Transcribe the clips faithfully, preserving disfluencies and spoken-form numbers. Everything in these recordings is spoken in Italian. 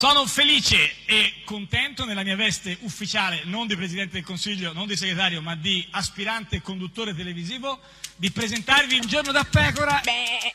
Sono felice e contento nella mia veste ufficiale, non di Presidente del Consiglio, non di segretario, ma di aspirante conduttore televisivo, di presentarvi Un giorno da pecora. Beh.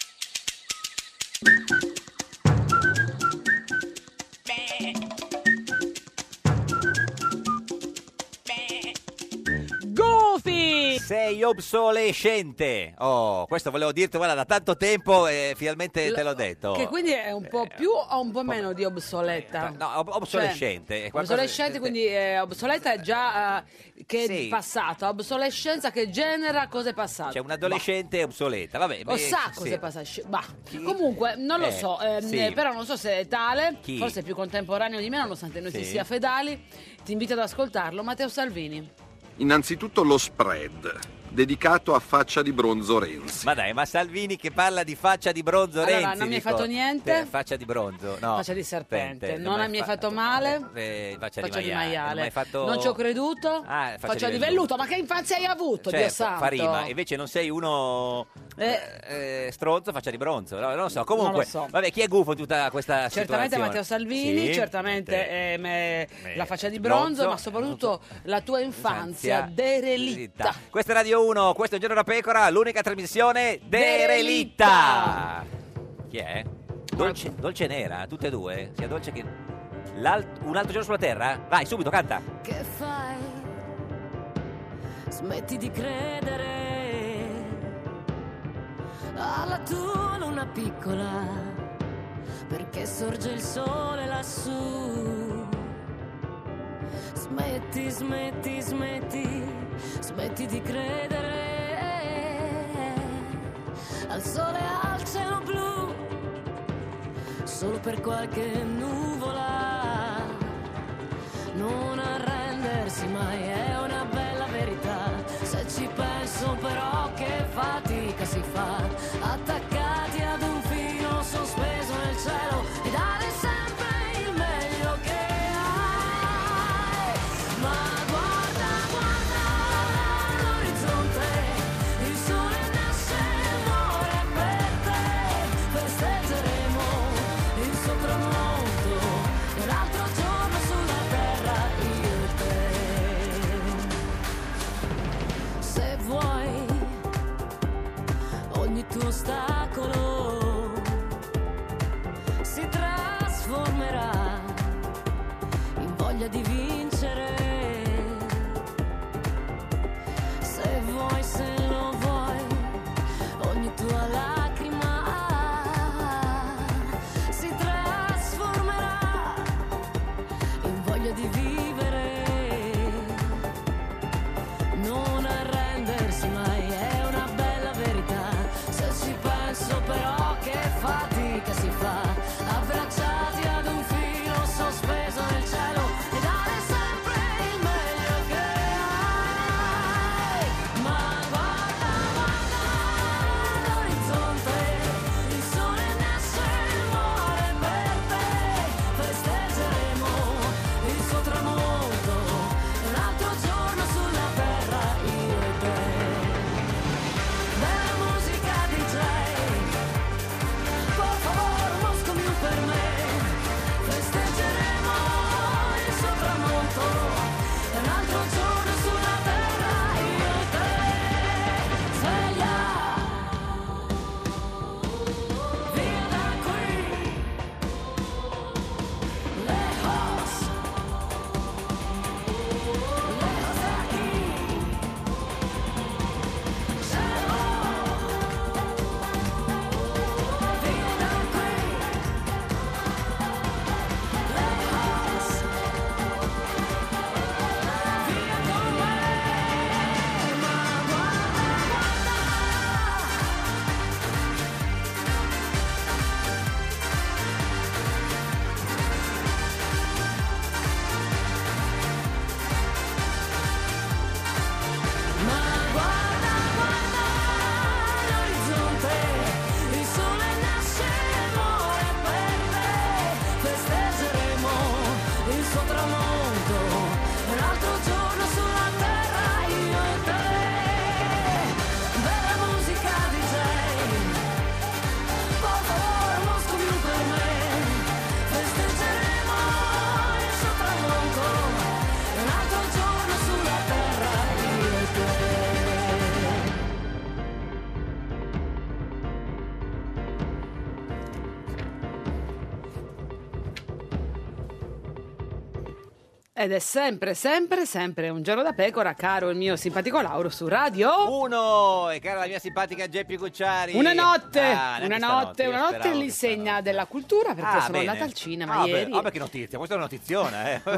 Goofy! Sei obsolescente. Oh, questo volevo dirti, guarda, da tanto tempo e finalmente te l'ho detto. Che quindi è un po' più o un po' meno di obsoleta? No, ob- obsolescente. Cioè, è qualcosa- obsolescente, quindi eh, obsoleta è già eh, che è Sì. passato, obsolescenza che genera cose passate. C'è un adolescente obsoleta, vabbè. Lo beh, sa sì. cosa passa. Bah. Comunque, non lo Eh, so, ehm, sì. però non so se è tale, Chi? forse è più contemporaneo di me, nonostante noi Sì. si sia fedali. Ti invito ad ascoltarlo, Matteo Salvini. Innanzitutto lo spread, dedicato a Faccia di Bronzo Renzi. Ma dai, ma Salvini che parla di faccia di bronzo Allora, Renzi. non mi hai dico. fatto niente? Eh, faccia di bronzo, no. Faccia di serpente. Sente, Non mai mi hai fa- fatto male? Eh, faccia, Faccia di di maiale. maiale. Non, hai fatto... Non ci ho creduto. Ah, faccia, Faccia di di velluto. velluto. Ma che infanzia hai avuto, Dio Certo, santo? fa rima. Invece non sei uno Eh. eh, stronzo, faccia di bronzo. No, non lo so. Comunque, Non lo so. vabbè, chi è gufo in tutta questa Certamente situazione? Matteo Salvini, Sì, certamente te- ehm, eh, eh, la faccia di bronzo, bronzo, ma soprattutto la tua infanzia Infanzia derelitta. Questa è Radio uno, questo è Un giorno da pecora, l'unica trasmissione Derelitta. derelitta. Chi è? Dolce, Dolce Nera, tutte e due, sia Dolce che... L'alt- un altro giorno sulla terra? Vai, subito, canta. Che fai? Smetti di credere alla tua luna piccola, perché sorge il sole lassù. Smetti, smetti, smetti, smetti di credere al sole e al cielo blu, solo per qualche nuvola. Non arrendersi mai è una bella verità. Se ci penso però che fatica si fa, attaccati ad un filo sospeso nel cielo, e dare sempre il meglio che hai. Ma guarda, guarda l'orizzonte, il sole nasce e muore per te. Festeggeremo il suo tramonto e l'altro giorno sulla terra io e te. Se vuoi ogni tuo ostacolo si trasformerà in voglia di vincere. Se vuoi, se lo vuoi, ogni tua lacrima si trasformerà in voglia di vivere. Non arrendersi mai è una bella verità. Se ci penso però che fatica si fa, abbracciati ad un filo sospeso nel cielo, e dare sempre Ed è sempre, sempre, sempre un giorno da pecora, caro il mio simpatico Lauro su Radio Uno, e cara la mia simpatica Geppi Cucciari. Una notte, Ah, una neanche notte, stanotte, una io notte speravo all'insegna questa della cultura, perché Ah, sono bene. andata al cinema Ah, ieri. beh, ah, beh, che notizia, questa è una notiziona, eh.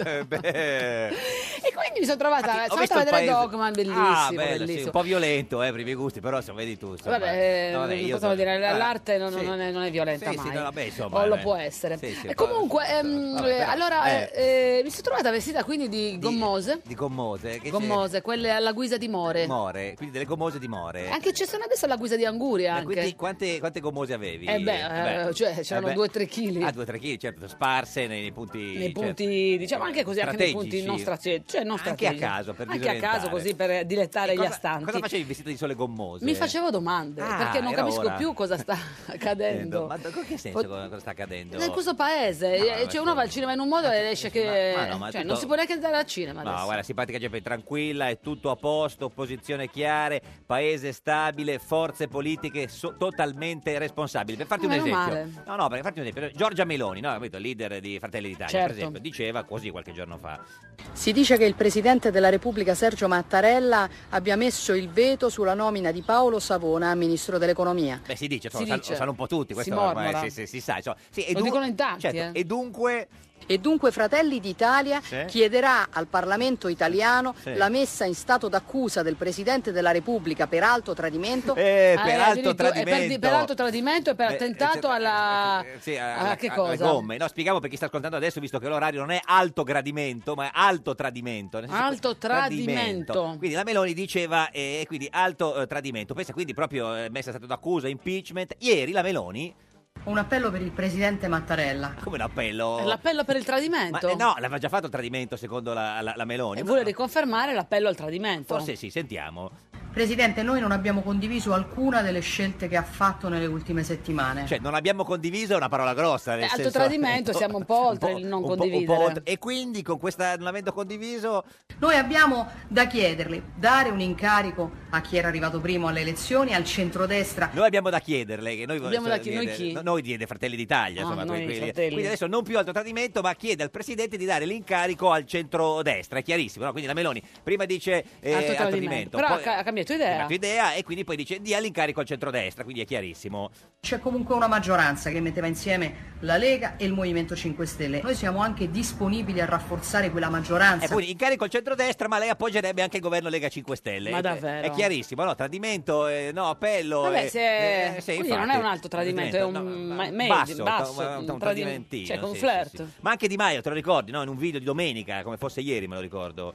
Beh. E quindi mi sono trovata, Infatti, sono ho visto andata a il vedere paese- Dogman, bellissimo, Ah, bello, bellissimo. sì, un po' violento, eh, per i miei gusti, però insomma, vedi tu. Insomma. Vabbè, No, vabbè, non io possiamo so- dire, Ah, l'arte non, sì. non è, non è violenta Sì, sì, mai, no, vabbè, insomma, o lo eh. può essere. Sì, sì, e poi- comunque, ehm, vabbè, però- allora, eh. eh, mi sono trovata vestita quindi di gommose, Di gommose. Che c'è? gommose, quelle alla guisa di More. More, quindi delle gommose di More. Anche ci sono adesso alla guisa di Anguria, Eh, anche. quindi quante, quante gommose avevi? Eh beh, eh, cioè, c'erano beh. due o tre chili. Ah, due o tre chili, certo, sparse nei punti... Nei certo. punti, diciamo anche così, anche nei punti strategici. non strategici, cioè non Anche a strategici. caso, per anche a caso, disorientare. così per dilettare E gli cosa- astanti. Cosa facevi vestito di sole gommose? Mi facevo domande, Ah, perché non era capisco ora. più cosa sta accadendo. Ma in che senso Po- cosa sta accadendo? In questo paese, No, eh, ma cioè uno va al cinema in un modo e esce che... Ma- ma no, ma cioè, tutto- non si può neanche andare al cinema No, adesso. guarda, simpatica Geppi, tranquilla, è tutto a posto, opposizione chiare, paese stabile, forze politiche so- totalmente responsabili. Per farti Ah, un meno esempio, male. no, no, per farti un esempio, Giorgia Meloni, no, capito, leader di Fratelli d'Italia, Certo. per esempio, diceva così qualche giorno fa. Si dice che il Presidente della Repubblica Sergio Mattarella abbia messo il veto sulla nomina di Paolo Savona a Ministro dell'Economia. Beh, si dice, Si insomma, lo, dice. sanno, lo sanno un po' tutti, Si questo ormai mormora. si, si- si sa. Insomma. Sì, e Lo dicono in tanti, certo, eh. E dunque... E dunque Fratelli d'Italia Sì. chiederà al Parlamento italiano Sì. la messa in stato d'accusa del Presidente della Repubblica per alto tradimento. Eh, Ah, per eh, alto addirittura- e per, tradimento. di- per alto tradimento e per Eh, attentato eh, alla... eh, sì, a che alle cosa? gomme. No, spieghiamo per chi sta ascoltando adesso, visto che l'orario non è alto gradimento, ma è alto tradimento. nel senso- Alto tradimento. Quindi la Meloni diceva, e eh, quindi alto eh, tradimento. Pensa quindi proprio eh, messa in stato d'accusa, impeachment. Ieri la Meloni, Un appello per il Presidente Mattarella. come un appello... L'appello per il Ma, tradimento? eh, no, l'aveva già fatto il tradimento secondo la, la- la Meloni. E vuole riconfermare l'appello al tradimento. Forse sì, sentiamo. Presidente, noi non abbiamo condiviso alcuna delle scelte che ha fatto nelle ultime settimane. Cioè, non abbiamo condiviso è una parola grossa. Nel Eh, alto senso- tradimento, siamo un po' oltre il non un po'- un po' condividere. oltre. E quindi con questa, non avendo condiviso, Noi abbiamo da chiederle, dare un incarico a chi era arrivato primo alle elezioni, al centrodestra. noi abbiamo da chiederle. Che noi, Abbiamo da chi- noi chi? no- Noi di dei Fratelli d'Italia. Ah, insomma, noi quelli- fratelli. Quindi adesso non più alto tradimento, ma chiede al Presidente di dare l'incarico al centrodestra. È chiarissimo, no? Quindi la Meloni prima dice eh, Alto alto tradimento. tradimento, Però poi- ha ca- ha cambiato ha idea. cambiato idea e quindi poi dice dia l'incarico al centrodestra. Quindi è chiarissimo. C'è comunque una maggioranza che metteva insieme la Lega e il Movimento cinque Stelle. Noi siamo anche disponibili a rafforzare quella maggioranza. E quindi incarico al centrodestra, ma lei appoggerebbe anche il governo Lega cinque Stelle. Ma È- davvero? È chiarissimo, no? Tradimento, eh, no, appello. Vabbè, eh, se- eh, sì, quindi non infatti. è un alto tradimento, è un No, ma- medio, basso, basso, un, un un tradi- tradimentino. cioè, con sì, flirt. sì, sì. Ma anche Di Maio, te lo ricordi, no? In un video di domenica, come fosse ieri, me lo ricordo.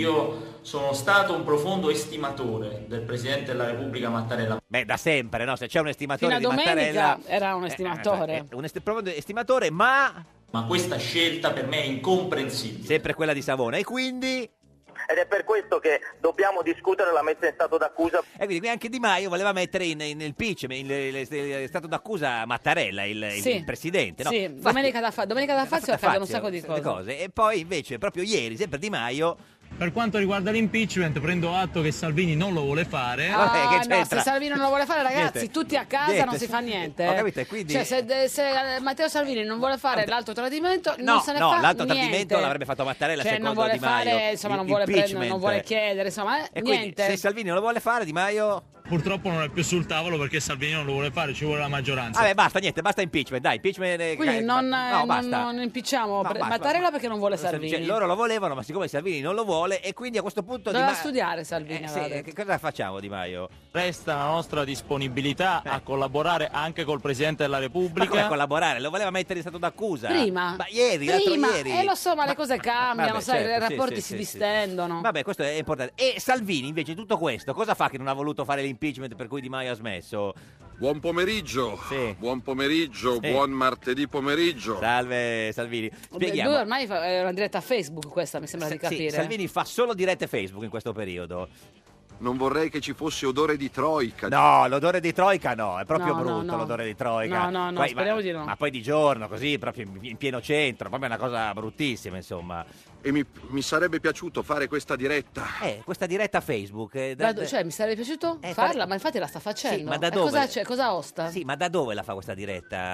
Io sono stato un profondo estimatore del Presidente della Repubblica Mattarella. Beh, da sempre, no? Se c'è un estimatore Fino a di domenica Mattarella... era un eh, estimatore. eh, un est- proprio estimatore, ma Ma questa scelta per me è incomprensibile. sempre quella di Savona. E quindi... Ed è per questo che dobbiamo discutere la messa in stato d'accusa. E quindi qui anche Di Maio voleva mettere in, in impeachment, in, in, in- in stato d'accusa Mattarella, il, il- Sì. il presidente. No? Sì, Infatti- domenica da, fa- domenica da Fazio accadono un sacco di le cose. E poi invece proprio ieri, sempre Di Maio... Per quanto riguarda l'impeachment, prendo atto che Salvini non lo vuole fare. Ah, Vabbè, che no, c'entra? se Salvini non lo vuole fare, ragazzi, Niente. tutti a casa Niente. non si fa niente. Ho eh. capito, e quindi- Cioè, se, se Matteo Salvini non vuole fare l'alto tradimento, No, non se ne no, fa l'alto niente. tradimento l'avrebbe fatto Mattarella, cioè, secondo non vuole Di Maio. fare, insomma, non Il- vuole prendere, impeachment. non vuole chiedere, insomma, eh, E quindi niente. se Salvini non lo vuole fare, Di Maio... Purtroppo non è più sul tavolo perché Salvini non lo vuole fare, ci vuole la maggioranza. Vabbè, basta, niente, basta impeachment, dai, impeachment... eh, Quindi eh, non, no, non, basta. non impicciamo No, pre- basta, Mattarella ma- perché non vuole Cioè, Salvini. loro lo volevano, ma siccome Salvini non lo vuole, e quindi a questo punto... Doveva Di Ma- studiare Salvini, Eh, aveva sì, detto. che cosa facciamo Di Maio? Resta la nostra disponibilità Eh. a collaborare anche col Presidente della Ma come Repubblica. collaborare? Lo voleva mettere in stato d'accusa? Prima. Ma ieri, l'altro Prima. ieri. Eh, lo so, ma le cose cambiano, Vabbè, sai, certo, i sì, rapporti sì, si sì, sì. distendono. Vabbè, questo è importante. E Salvini, invece, di tutto questo, cosa fa che non ha voluto fare l'impeachment per cui Di Maio ha smesso? Buon pomeriggio, Sì. buon pomeriggio, Sì. buon martedì pomeriggio. Salve Salvini. Spieghiamo. Lui ormai fa è una diretta a Facebook, questa mi sembra di Sì, capire. Salvini fa solo dirette Facebook in questo periodo. Non vorrei che ci fosse odore di troica. No, l'odore di Troica no, è proprio No, no, brutto no. l'odore di Troica. No, no, no, Poi- speriamo ma, di no. Ma poi di giorno, così, proprio in, in pieno centro, proprio una cosa bruttissima, insomma. E mi, mi sarebbe piaciuto fare questa diretta. Eh, questa diretta Facebook... eh, Da- da- cioè, mi sarebbe piaciuto Eh, farla, fare- ma infatti la sta facendo. Sì, ma da E dove? cosa, c'è? Cosa osta? Sì, ma da dove la fa questa diretta?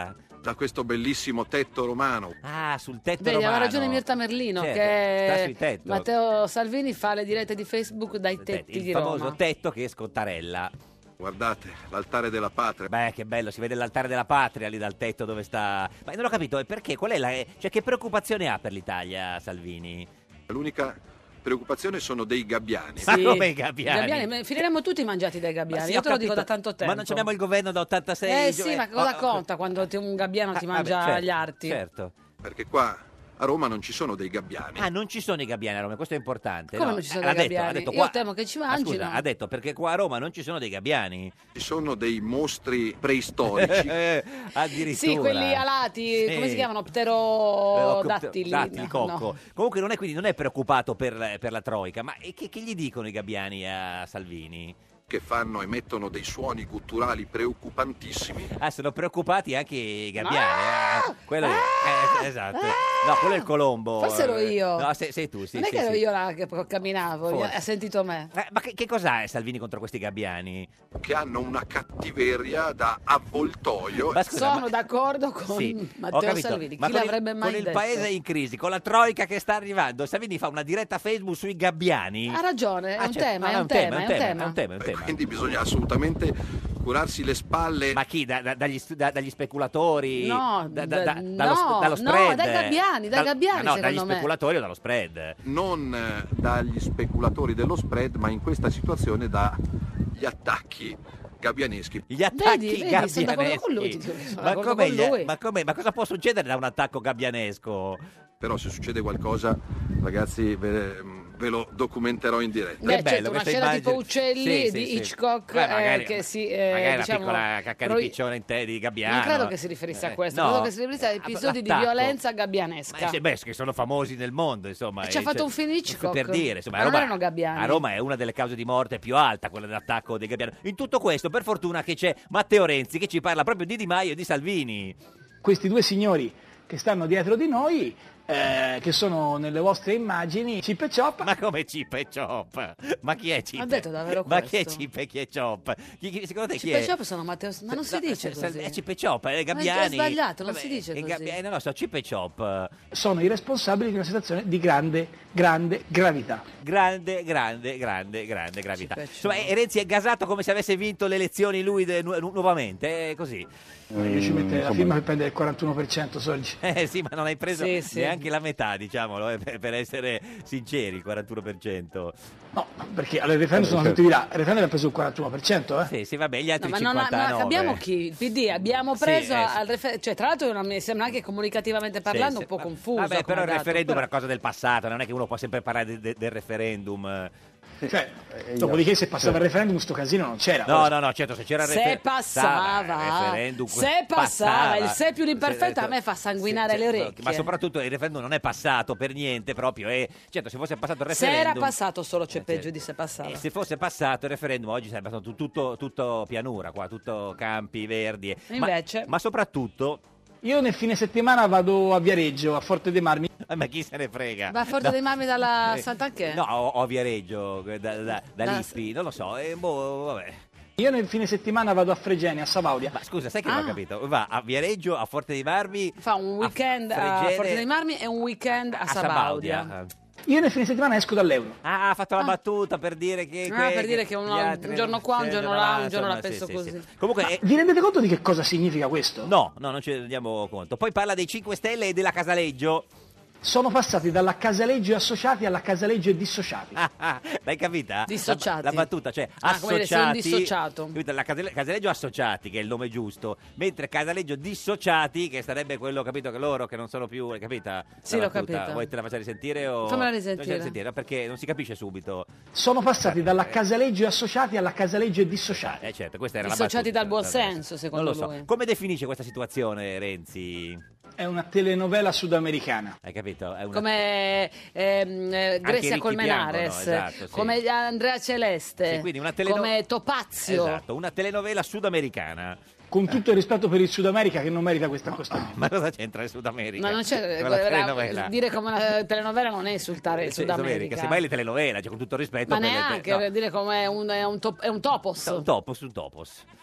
da questo bellissimo tetto romano. Ah, sul tetto Vedi, romano. aveva ragione Mirta Merlino, Certo, che sta sui tetto. Matteo Salvini fa le dirette di Facebook dai tetti Il di famoso Roma. tetto che è Scottarella. Guardate, l'altare della patria. Beh, che bello, si vede l'altare della patria lì dal tetto dove sta. Ma non ho capito, e perché? Qual è la. Cioè, che preoccupazione ha per l'Italia Salvini? L'unica preoccupazione sono dei gabbiani. Ma come i gabbiani? Gabbiani, finiremo tutti mangiati dai gabbiani, Ma sì, io ho te lo capito, dico da tanto tempo. Ma non abbiamo il governo da ottantasei Eh sì, ma cosa oh, oh, conta quando ti- un gabbiano ti ah, mangia vabbè, certo, gli arti? Certo. Perché qua a Roma non ci sono dei gabbiani. Ah, non ci sono i gabbiani a Roma, questo è importante. Come no? non ci sono L'ha dei detto, ha gabbiani? detto Io qua- temo che ci Ma mangino. scusa, ha detto perché qua a Roma non ci sono dei gabbiani. Ci sono dei mostri preistorici. Addirittura. Sì, quelli alati, Sì. come si chiamano? Eh, Pterodattili. Dattili, No, cocco. no. Comunque non è, quindi non è preoccupato per, per la Troica, ma e che, che gli dicono i gabbiani a Salvini? Che fanno, emettono dei suoni gutturali preoccupantissimi. Ah, sono preoccupati anche i gabbiani. eh. Quello è, eh, esatto. No, quello è il colombo. Forse ero io. No, sei, sei tu, sì. non è sì, che ero sì. io là che camminavo, Forse. ha sentito me. Eh, ma che, che cos'ha Salvini contro questi gabbiani? Che hanno una cattiveria da avvoltoio. Ma scusa, Sono ma- d'accordo con Sì, ho Matteo capito, Salvini. ma Chi con il- l'avrebbe mai con il detto? paese in crisi, con la troica che sta arrivando, Salvini fa una diretta Facebook sui gabbiani. Ha ragione, è Ah, un certo, tema, no, è un tema, è un tema. è un tema, è un E tema. quindi bisogna assolutamente curarsi le spalle. Ma chi? Da- da- dagli, stu- da- dagli speculatori? No, Da- da- da- no, dallo, sp- dallo no, spread? dai gabbiani, dai Dal- gabbiani, ma no, secondo dagli me. speculatori o dallo spread? Non eh, dagli speculatori dello spread, ma in questa situazione dagli attacchi gabbianeschi. Gli attacchi Vedi, vedi, sono d'accordo gabbianeschi. con lui, ti dico che sono ma, d'accordo come con gli- lui. ma come- ma cosa può succedere da un attacco gabbianesco? Però se succede qualcosa, ragazzi, ve, ve lo documenterò in diretta. Beh, Che bello, certo, una questa scena immagine. tipo Uccelli Sì, di sì, sì. Hitchcock, Beh, magari- eh, che si, eh, magari diciamo, una piccola cacca di pro- piccione in te di gabbiano. Non credo che si riferisse a Eh, questo, no. credo che si riferisse a episodi di L'attacco. violenza Ma gabbianesca. sì, beh, che sono famosi nel mondo, insomma. E ci ha eh, fatto cioè, un film Hitchcock. Per dire, insomma, Ma a non Roma, erano gabbiani. a Roma è una delle cause di morte più alta, quella dell'attacco dei gabbiani. In tutto questo, per fortuna che c'è Matteo Renzi che ci parla proprio di Di Maio e di Salvini. Questi due signori che stanno dietro di noi, eh, che sono nelle vostre immagini, Chip e Chop. Ma come Chip e Chop? Ma chi è Chip? Ha detto davvero Ma questo? chi è Chip e chi è Chop? Chi, chi- secondo te chi Chip è? e Chop sono Matteo, ma non si No, dice eh, così. È Chip e Chop, è Ma Gabbiani. è sbagliato, non Vabbè, si dice è così. Gabbi- eh, non lo so, Chip e Chop. Sono i responsabili di una situazione di grande, grande gravità. Grande, grande, grande, grande gravità. Chip e Insomma, e Renzi è gasato come se avesse vinto le elezioni lui de- nu- nuovamente, è così. Io ci metterei la firma per prendere il quarantuno per cento soldi. Eh sì, ma non hai preso Sì, sì. neanche la metà, diciamolo, eh, per, per essere sinceri, il quarantuno per cento. No, perché allora il referendum sono tutti di là, il referendum ha preso il quarantuno per cento, eh? Sì, sì, vabbè, gli altri No, ma non ha- cinquantanove. ma abbiamo chi? Il P D abbiamo Sì, preso eh, sì. al referendum, cioè tra l'altro non mi sembra anche comunicativamente parlando Sì, un po' sì. confuso. Vabbè, come però il dato, referendum però- è una cosa del passato, non è che uno può sempre parlare de- de- del referendum. Cioè, dopodiché se passava il referendum sto casino non c'era. No, no, no, certo, se c'era il Se refer- passava, il referendum, se passava, il se più l'imperfetto Se- a me fa sanguinare se- le se- orecchie. Ma soprattutto il referendum non è passato per niente proprio, e certo se fosse passato il Se referendum... era passato solo c'è Eh, peggio sì. di se passava. E se fosse passato il referendum oggi sarebbe stato tu- tutto, tutto pianura qua, tutto campi verdi. e- ma- Invece? Ma, soprattutto... Io nel fine settimana vado a Viareggio, a Forte dei Marmi. eh, Ma chi se ne frega? Va a Forte No. dei Marmi dalla Eh, Sant'Anché? No, o, o Viareggio, da, da, da Da- Lippi, non lo so, e boh, vabbè. Io nel fine settimana vado a Fregene, a Savaudia. Ma scusa, sai che non ho Ah. capito? Va a Viareggio, a Forte dei Marmi... Fa un weekend a, Fregene- Forte dei Marmi e un weekend a, Sabaudia. Io nel fine settimana esco dall'euro. Ah, ha fatto la battuta per dire che... Ah, que- per dire che uno- gli un altri giorno non- qua, un sì, giorno no, là, no, un giorno la insomma, penso sì, così. sì, sì. Comunque... eh, Vi rendete conto di che cosa significa questo? no, no, non ci rendiamo conto. Poi parla dei cinque Stelle e della Casaleggio. Sono passati dalla Casaleggio associati alla Casaleggio dissociati. Ah, ah, l'hai capita? Dissociati. La, la battuta, cioè Ah, come dire, sei un associati. dissociato. Capito? La Casale- Casaleggio associati, che è il nome giusto, mentre Casaleggio dissociati, che sarebbe quello, capito, che loro che non sono più, hai capita? Sì, la l'ho battuta? capita. Vuoi te la faccia risentire o Fammela Non risentire. ce la risentire, no, perché non si capisce subito. Sono passati dalla Casaleggio associati alla Casaleggio dissociati. Eh certo, questa era Dissociati la battuta. dal buon Vabbè. senso, secondo Non lo so. lui. Come definisce questa situazione Renzi? È una telenovela sudamericana. Hai capito? È una... Come ehm, eh, Grecia ricchi Colmenares, piangono, esatto, sì. come Andrea Celeste, Sì, quindi una teleno- come Topazio. Esatto, una telenovela sudamericana. Con tutto il rispetto per il Sud America che non merita questo accostamento. Ma cosa c'entra il Sud America? Ma non c'è Con la guarda, telenovela. dire come una telenovela non è insultare il Sì, Sud America. semmai le telenovela, cioè con tutto il rispetto Ma per le- neanche no. dire come è un, è un, top- è un topos. Un topos, un topos.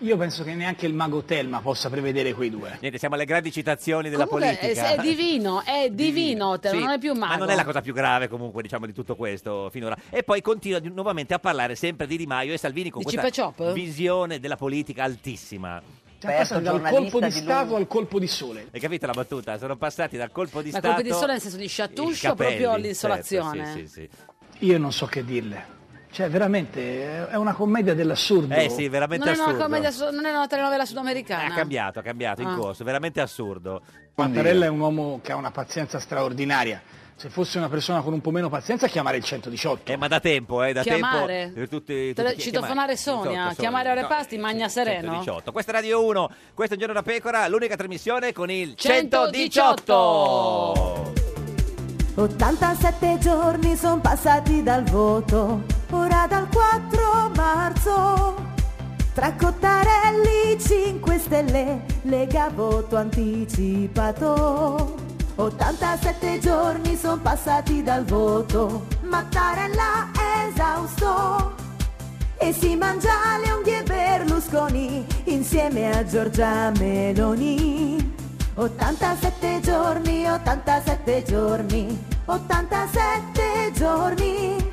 Io penso che neanche il mago Telma possa prevedere quei due. Niente, siamo alle grandi citazioni della Comunque, politica. È, è divino, è divino, te, Sì, non è più mago. Ma non è la cosa più grave comunque, diciamo, di tutto questo finora. E poi continua di- nuovamente a parlare sempre di Di Maio e Salvini con Di questa Cipe-Ciop? visione della politica altissima. Siamo passati dal colpo di Stato al colpo di sole. Hai capito la battuta? Sono passati dal colpo di Ma Stato... colpi di sole nel senso di i sciattuscio o capelli, proprio all'insolazione? certo, sì, sì, sì. Io non so che dirle. Cioè, veramente, è una commedia dell'assurdo. Eh sì, veramente Non è, una assurdo. commedia, su- non è una telenovela sudamericana. Ha cambiato, ha cambiato in Ah. corso, veramente assurdo. Mattarella è un uomo che ha una pazienza straordinaria. Se fosse una persona con un po' meno pazienza, chiamare il centodiciotto. Eh, ma da tempo, eh, da Chiamare? tempo. Tutti, Tele- tutti- citofonare chiamare- Sonia, Sotto, chiamare Sonia. Ore Pasti, Magna Sereno. centodiciotto. Questa è Radio uno, questo è Un Giorno da Pecora, l'unica trasmissione con il centodiciotto. centodiciotto. ottantasette giorni sono passati dal voto, ora dal quattro marzo. Tra Cottarelli, cinque Stelle, Lega voto anticipato. ottantasette giorni sono passati dal voto, Mattarella è esausto. E si mangia le unghie Berlusconi insieme a Giorgia Meloni. ottantasette giorni, ottantasette giorni, ottantasette giorni.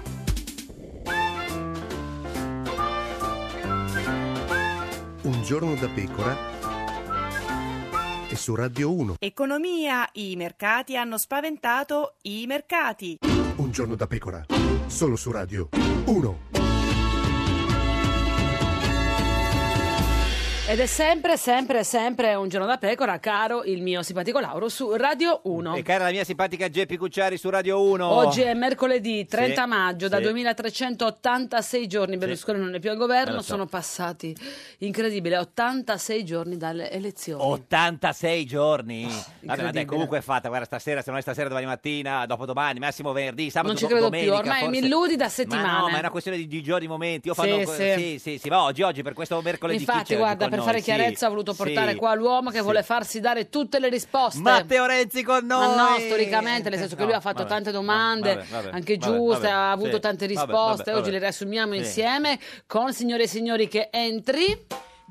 Un giorno da pecora e su Radio uno. Economia, i mercati hanno spaventato i mercati. Un giorno da pecora, solo su Radio uno. Ed è sempre, sempre, sempre Un Giorno da Pecora, caro il mio simpatico Lauro, su Radio uno. E cara la mia simpatica Geppi Cucciari su Radio uno. Oggi è mercoledì trenta Sì, maggio, da sì. duemilatrecentottantasei giorni Berlusconi non è più al governo, Eh, lo so. sono passati, incredibile, ottantasei giorni dalle elezioni. ottantasei giorni. Vabbè, ma dai, incredibile. comunque è fatta, guarda, stasera, se non è stasera, domani mattina, dopodomani, massimo venerdì, sabato, Non ci do- credo domenica, più, ormai forse. mi illudi da Ma settimane. no, ma è una questione di, di giorni, momenti. Io Sì, fanno, sì. sì, sì, sì, ma oggi, oggi per questo mercoledì chi Infatti, c'è oggi guarda, con per noi? fare Sì, chiarezza ho voluto portare sì, qua l'uomo che sì. vuole farsi dare tutte le risposte. Matteo Renzi con noi! Ma no, storicamente, nel senso che No, lui ha fatto vabbè, tante domande, vabbè, vabbè, anche vabbè, giuste, vabbè, ha avuto sì, tante vabbè, risposte. vabbè, Oggi vabbè. le riassumiamo Sì. insieme con, signore e signori, che entri.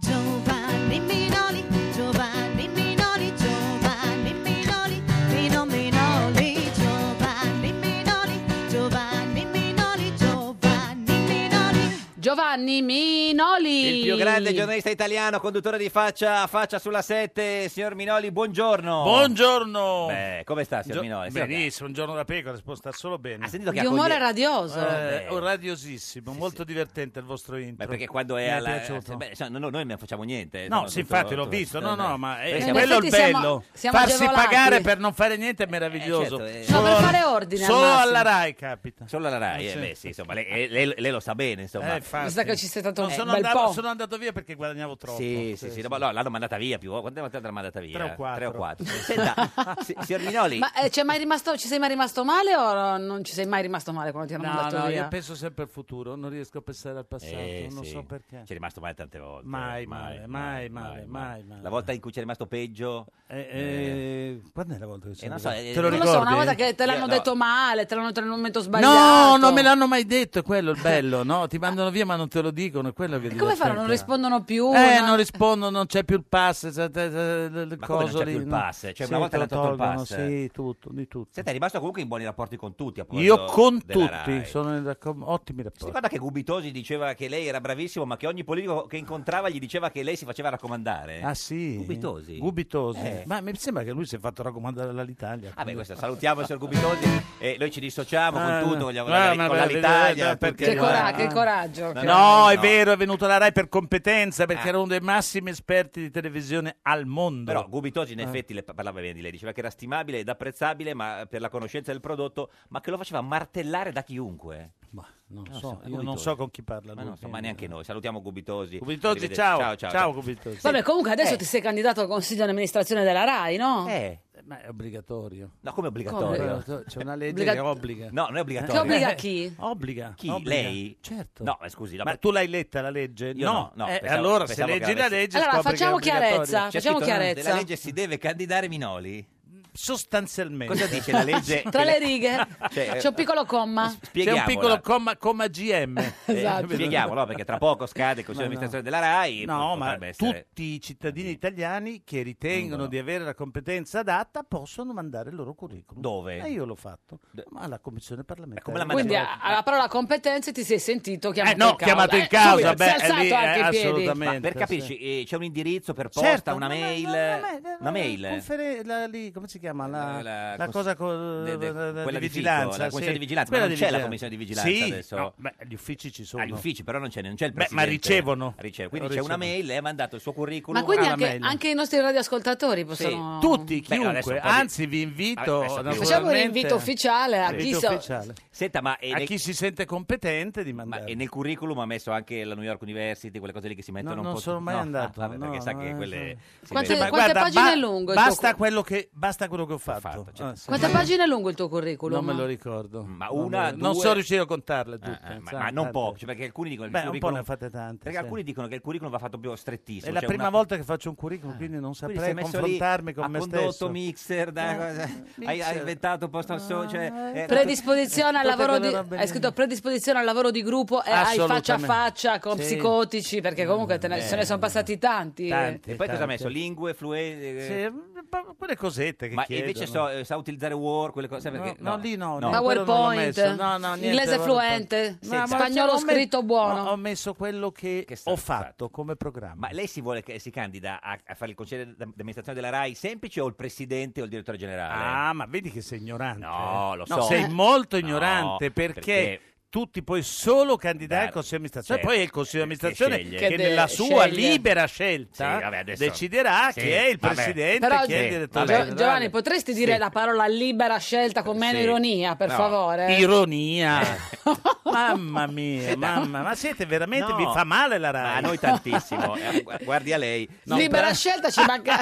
Giovanni Minoli, Giovanni Minoli, Giovanni Minoli, Mino Minoli, Giovanni Minoli, Giovanni Minoli, Giovanni Minoli. Giovanni Minoli. Il più grande giornalista italiano, conduttore di Faccia a Faccia sulla sette, signor Minoli, buongiorno. Buongiorno. Beh, come sta, signor Gio- Minoli? Sì, Benissimo, un giorno da pecora, si può stare solo bene. Ha sentito che Di accoglie- umore radioso. Eh, Beh. oh, radiosissimo, molto divertente il vostro intro. Beh, perché quando è Mi alla... piaciuto. Beh, sai, no, no, noi non facciamo niente. No, no, sì, tutto- infatti l'ho tutto- visto, tutto- no, no, ma è, Noi è siamo- quello il In effetti siamo- bello. siamo Farsi agevolati. pagare per non fare niente è meraviglioso. Eh, certo, eh. No, per Solo- fare ordine, al Solo massimo. alla Rai capita. Solo alla Rai, Eh, eh, sì. beh, sì, insomma, lei, eh, lei- lei lo sa bene, insomma. Eh, infatti. Mi sa che ci sei stato Non un sono, bel andato, po'. sono andato via perché guadagnavo troppo. Sì, sì, sì, no, ma no, l'hanno mandata via più. Quante volte l'hanno mandata via? Tre o quattro. Tre o quattro. Senta, si- signor Minoli, Ma eh, c'è mai rimasto, ci sei mai rimasto male o non ci sei mai rimasto male quando ti hanno No, mandato no, via? io penso sempre al futuro, non riesco a pensare al passato, Eh, non sì. so perché. Ci è rimasto male tante volte. Mai male, mai male, mai male. La volta in cui ci è rimasto peggio... Eh, eh, quando è la volta che Eh, sei non so, andato? eh, Te lo Non lo ricordi? so, una volta che te l'hanno Io no. detto male, te l'hanno te l'hanno momento sbagliato. No, non me l'hanno mai detto, è quello il bello, no? Ti mandano via ma non te lo dicono, è quello che E come fanno? Non rispondono più? Eh, no? non rispondono, non c'è più il pass, c'è- c'è- c'è- il Ma come non coso c'è lì, più il no? pass? Cioè, Sì, una volta te l'ha lo tolto il tolgono, pass? Sì, tutto, di tutto. Senta, è rimasto comunque in buoni rapporti con tutti. a Io proposito con della tutti, Rai. sono in raccom- ottimi Si rapporti. ricorda che Gubitosi diceva che lei era bravissimo, ma che ogni politico che incontrava gli diceva che lei si faceva raccomandare? Ah sì? Gubitosi? Gubitosi. Eh. Ma mi sembra che lui si è fatto raccomandare dall'Italia. Vabbè, questo, salutiamo il signor Gubitosi e noi ci dissociamo Ah, con tutto, con, gli, no, con, la- ma con vedi, l'Italia. vedi, perché- Che, tutti- cora- che coraggio. No, che- No, è no. vero, è venuto alla Rai per competenza, perché Ah. era uno dei massimi esperti di televisione al mondo. Però Gubitosi in Eh. effetti le parlava bene di lei, diceva che era stimabile ed apprezzabile ma per la conoscenza del prodotto, ma che lo faceva martellare da chiunque. Ma non Non so, so, io non Gubitosi. so con chi parla Ma, lui. non so, ma neanche noi. Salutiamo Gubitosi. Gubitosi, Arrivederci. ciao. ciao, ciao, Ciao, ciao. Gubitosi. Vabbè, comunque adesso Eh. ti sei candidato al consiglio di amministrazione della Rai, no? Eh, Ma è obbligatorio. no, come obbligatorio? Come? C'è una legge Obbliga- che obbliga. No, non è obbligatorio. Che obbliga chi? Obbliga. Chi? obbliga. Lei? Certo. No, ma scusi. no, Ma per- tu l'hai letta la legge? Io no, no, Eh, pensavo- allora se pensavo che leggi la avessi- legge Allora, scopri che è facciamo obbligatorio. chiarezza. C'è Facciamo scritto chiarezza. nella legge si deve candidare Minoli? sostanzialmente. Cosa dice la legge? Tra le righe Cioè, c'è un piccolo comma. C'è un Spieghiamola. piccolo comma, comma G M. Esatto. Eh, spieghiamolo, perché tra poco scade il Consiglio di Ma no. amministrazione della RAI. No, ma potrebbe essere- tutti i cittadini italiani che ritengono No. di avere la competenza adatta possono mandare il loro curriculum. Dove? E io l'ho fatto, ma alla commissione parlamentare. come la Quindi a- alla parola competenze ti sei sentito chiamato Eh, no, in causa. chiamato in Eh, causa, subito, beh, si è alzato lì, anche eh, i piedi. assolutamente. Ma per capirci, eh, c'è un indirizzo per posta, Certo, una no, no, mail? no, no, no, Una mail? Conferen- la- lì, come si chiama? La, Eh, la la cons- cosa co- de- de- la- la- quella di di vigilanza. Fico, la commissione sì. di vigilanza, ma Quella non di c'è la vigilanza. commissione di vigilanza Sì, adesso? no, beh, gli uffici ci sono. Ah, gli uffici, però non c'è, non c'è il Beh, ma presidente. ricevono. Riceve. Quindi Lo c'è una ricevono. mail e ha mandato il suo curriculum Ma quindi alla anche, mail. anche i nostri radioascoltatori possono... Tutti, Beh, adesso chiunque. un po' di- Anzi, vi invito. Adesso più- Facciamo un invito ufficiale a chi Invito so- ufficiale. Senta, ma e A nel- chi si sente competente di ma mandare. e nel curriculum ha messo anche la New York University, quelle cose lì che si mettono No, un non po'. sono mai no, andato, ah, vabbè, perché no, sa no, che eh, quelle. si Quante- vedono. Sì, quante pagine è ba- lungo il tuo Basta cu- quello, che, basta quello che ho fatto. fatto, cioè- Ah, sì. Quante pagine è lungo il tuo curriculum? Non me lo ricordo. Ma Non una, me lo- Non due- so riuscire a contarle tutte. Ah, ah, ma, sai, ma non tante. poco, cioè, perché alcuni dicono che Beh, il un po' curriculum. ne fate tante. Perché sì. alcuni dicono che il curriculum va fatto più strettissimo. È la cioè prima una- volta che faccio un curriculum, quindi non Quindi saprei si è messo lì, confrontarmi con ha me condotto stesso. mixer, da- Eh, cosa- hai, mixer. hai inventato posto al so, cioè, eh, Predisposizione al tutte lavoro quelle di robe lì. hai scritto predisposizione al lavoro di gruppo e hai faccia a Assolutamente. faccia con Sì. psicotici perché comunque te ne- Eh. se ne sono passati tanti. Tanti. E poi cosa ha tanti. messo? Lingue, fluenti. Sì, ma quelle cosette che Ma chiedono. invece so, eh, sa utilizzare Word, quelle cose. No, Perché, no, lì no, no. PowerPoint, quello non l'ho messo. No, no, niente, inglese PowerPoint. fluente, No, ma spagnolo ho me- scritto buono. Ho, ho messo quello che, Che sta ho fatto. fatto come programma. Ma lei si vuole che si candida a, a fare il consiglio d'amministrazione della RAI semplice o il presidente o il direttore generale? Ah, ma vedi che sei ignorante. No, lo No, so. sei molto No, ignorante perché, perché- tu ti puoi solo candidare al Dai, consiglio di amministrazione. certo, Poi è il consiglio di che amministrazione sceglie. che, Che de- nella sua sceglie. libera scelta Sì, vabbè, adesso- deciderà Sì, chi è il vabbè. presidente Però e chi è il sì, direttore vabbè. Gio- generale. Giovanni, potresti dire Sì. la parola libera scelta con meno Sì. ironia, per No. favore? Ironia. Mamma mia, mamma, ma siete veramente, No, vi fa male la RAI? Ma a noi tantissimo. Eh, gu- Guardi a lei. No, libera però- scelta ci manca.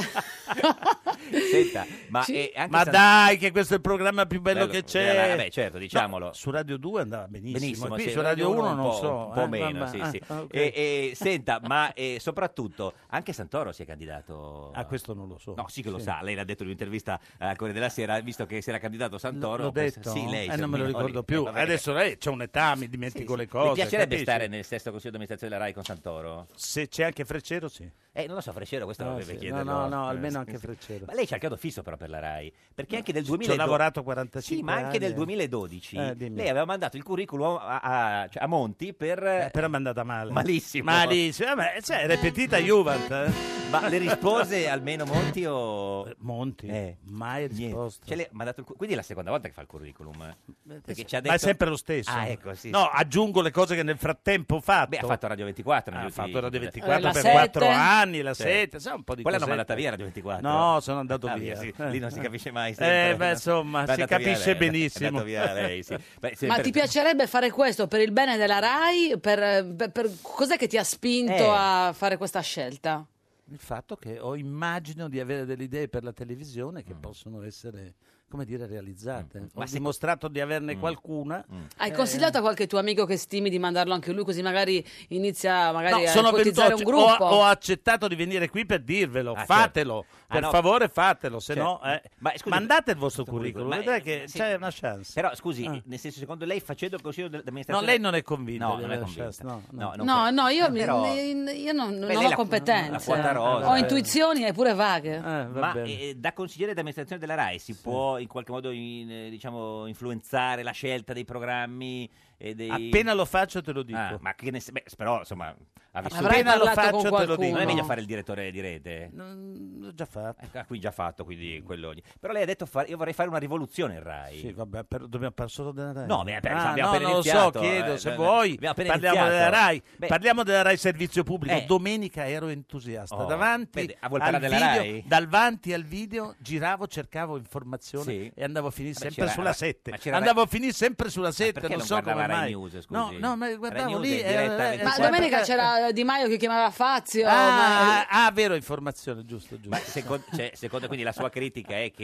Senta, ma, Sì. eh, anche Ma San- dai, che questo è il programma più bello, Bello, che c'è. eh, vabbè, certo, diciamolo. No, su Radio due andava benissimo. Benissimo, qui sì, su Radio uno non un po', so. un po' eh, meno, vabbè, sì, ah, sì. ok. E, e, senta, ma eh, soprattutto anche Santoro si è candidato. Ah, questo non lo so. No, sì che lo Sì. sa. Lei l'ha detto in un'intervista al Corriere della Sera, visto che si era candidato Santoro. L'ho pensa- detto? Sì, lei. Eh, non me lo Serminoli. ricordo più. Eh, vabbè. Adesso lei c'è un'età, mi dimentico Sì, le sì. cose. Le piacerebbe capisci? stare nel stesso consiglio di amministrazione della RAI con Santoro? Se c'è anche Freccero, sì. Eh, non lo so, Freccero, questo Ah, lo deve sì. chiederlo. No, no, no, Eh, almeno sì, anche sì. Freccero. Ma lei c'ha il chiodo fisso però per la RAI, perché anche nel Ci ho duemiladodici... lavorato quarantacinque Sì, ma anche nel anni. duemiladodici Eh, dimmi. lei aveva mandato il curriculum a, a- cioè a Monti per... Eh, però mi è andata male. Malissimo. Malissimo. Vabbè, cioè, ripetita Juvent. eh. Ma le rispose almeno Monti o... Monti? Eh, Mai niente. risposto. Cioè, lei ha mandato il cu- Quindi è la seconda volta che fa il curriculum. eh? Perché ci ha detto... Ma è sempre lo stesso. Ah, ecco, sì. No, aggiungo le cose che nel frattempo ho fatto. Beh, ha fatto Radio ventiquattro. negli Ha ultimi- fatto Radio Eh, ventiquattro la per sette. quattro anni, la Sì. sette, sai, un po' di Poi l'hanno cosette. mandata via Radio ventiquattro. No, sono andato Ah, via. sì. Eh. Lì non si capisce mai. sempre. Eh, beh, insomma, È si andata via capisce lei, è benissimo. andato via lei, sì. Beh, Ma sempre- ti piacerebbe fare questo per il bene della RAI? Per, per- per- cos'è che ti ha spinto Eh. a fare questa scelta? Il fatto che ho immagino di avere delle idee per la televisione Mm. che possono essere, come dire, realizzate. Ho Ma se- dimostrato di averne Mm. qualcuna. Hai Eh, consigliato a qualche tuo amico che stimi di mandarlo anche lui, così magari inizia magari No, a sono venuto, ipotizzare un ho, gruppo? ho accettato di venire qui per dirvelo, Ah, fatelo, certo. Ah, per no. favore fatelo, se Certo. no eh, Ma, scusi, mandate il vostro curriculum, curriculum, ma- vedrai che sì. c'è una chance. Però scusi, Ah. nel senso, secondo lei facendo il consiglio No, d'amministrazione... lei non è convinta No, di non è avere convinta. chance, no, no. No, non No, cre- no, io, mi- Però- io non, non lei ho la- competenze. la quota rosa, ho eh. intuizioni eppure vaghe. Eh, va Ma bene. eh, da consigliere d'amministrazione della RAI si può in qualche modo in- eh, diciamo, influenzare la scelta dei programmi e dei... Appena lo faccio te lo dico. Ah, ma che ne sa- beh, però insomma ha vissuto- Avrai Appena lo parlato con faccio te lo qualcuno. dico. non è meglio fare il direttore di rete? Mm, l'ho già fatto. Eh, ah, qui già fatto, quindi quello... Però lei ha detto fa- io vorrei fare una rivoluzione in RAI. Sì, vabbè, per- dobbiamo parlare solo della RAI. No, beh, per- Ah, abbiamo no, appena non lo so, iniziato, chiedo, eh, se beh, vuoi. abbiamo appena Parliamo iniziato. della RAI. Beh. Parliamo della RAI Servizio Pubblico. Eh. Domenica ero entusiasta. Oh, Davanti vede, ah, vuol al parlare della video, RAI? dal vanti al video, giravo, cercavo informazioni Sì. e andavo a finire Vabbè, sempre c'era- sulla ma- sette. ma c'era Andavo a finire sempre sulla sette, perché non non so come guardava Rai mai. News, scusi? No, no, ma guardavo Rai News lì. è in diretta eh, Ma eh, domenica perché- c'era Di Maio che chiamava Fazio. Ah, ma- ah, vero, informazione, giusto, giusto. Ma secondo, cioè, secondo quindi la sua critica è che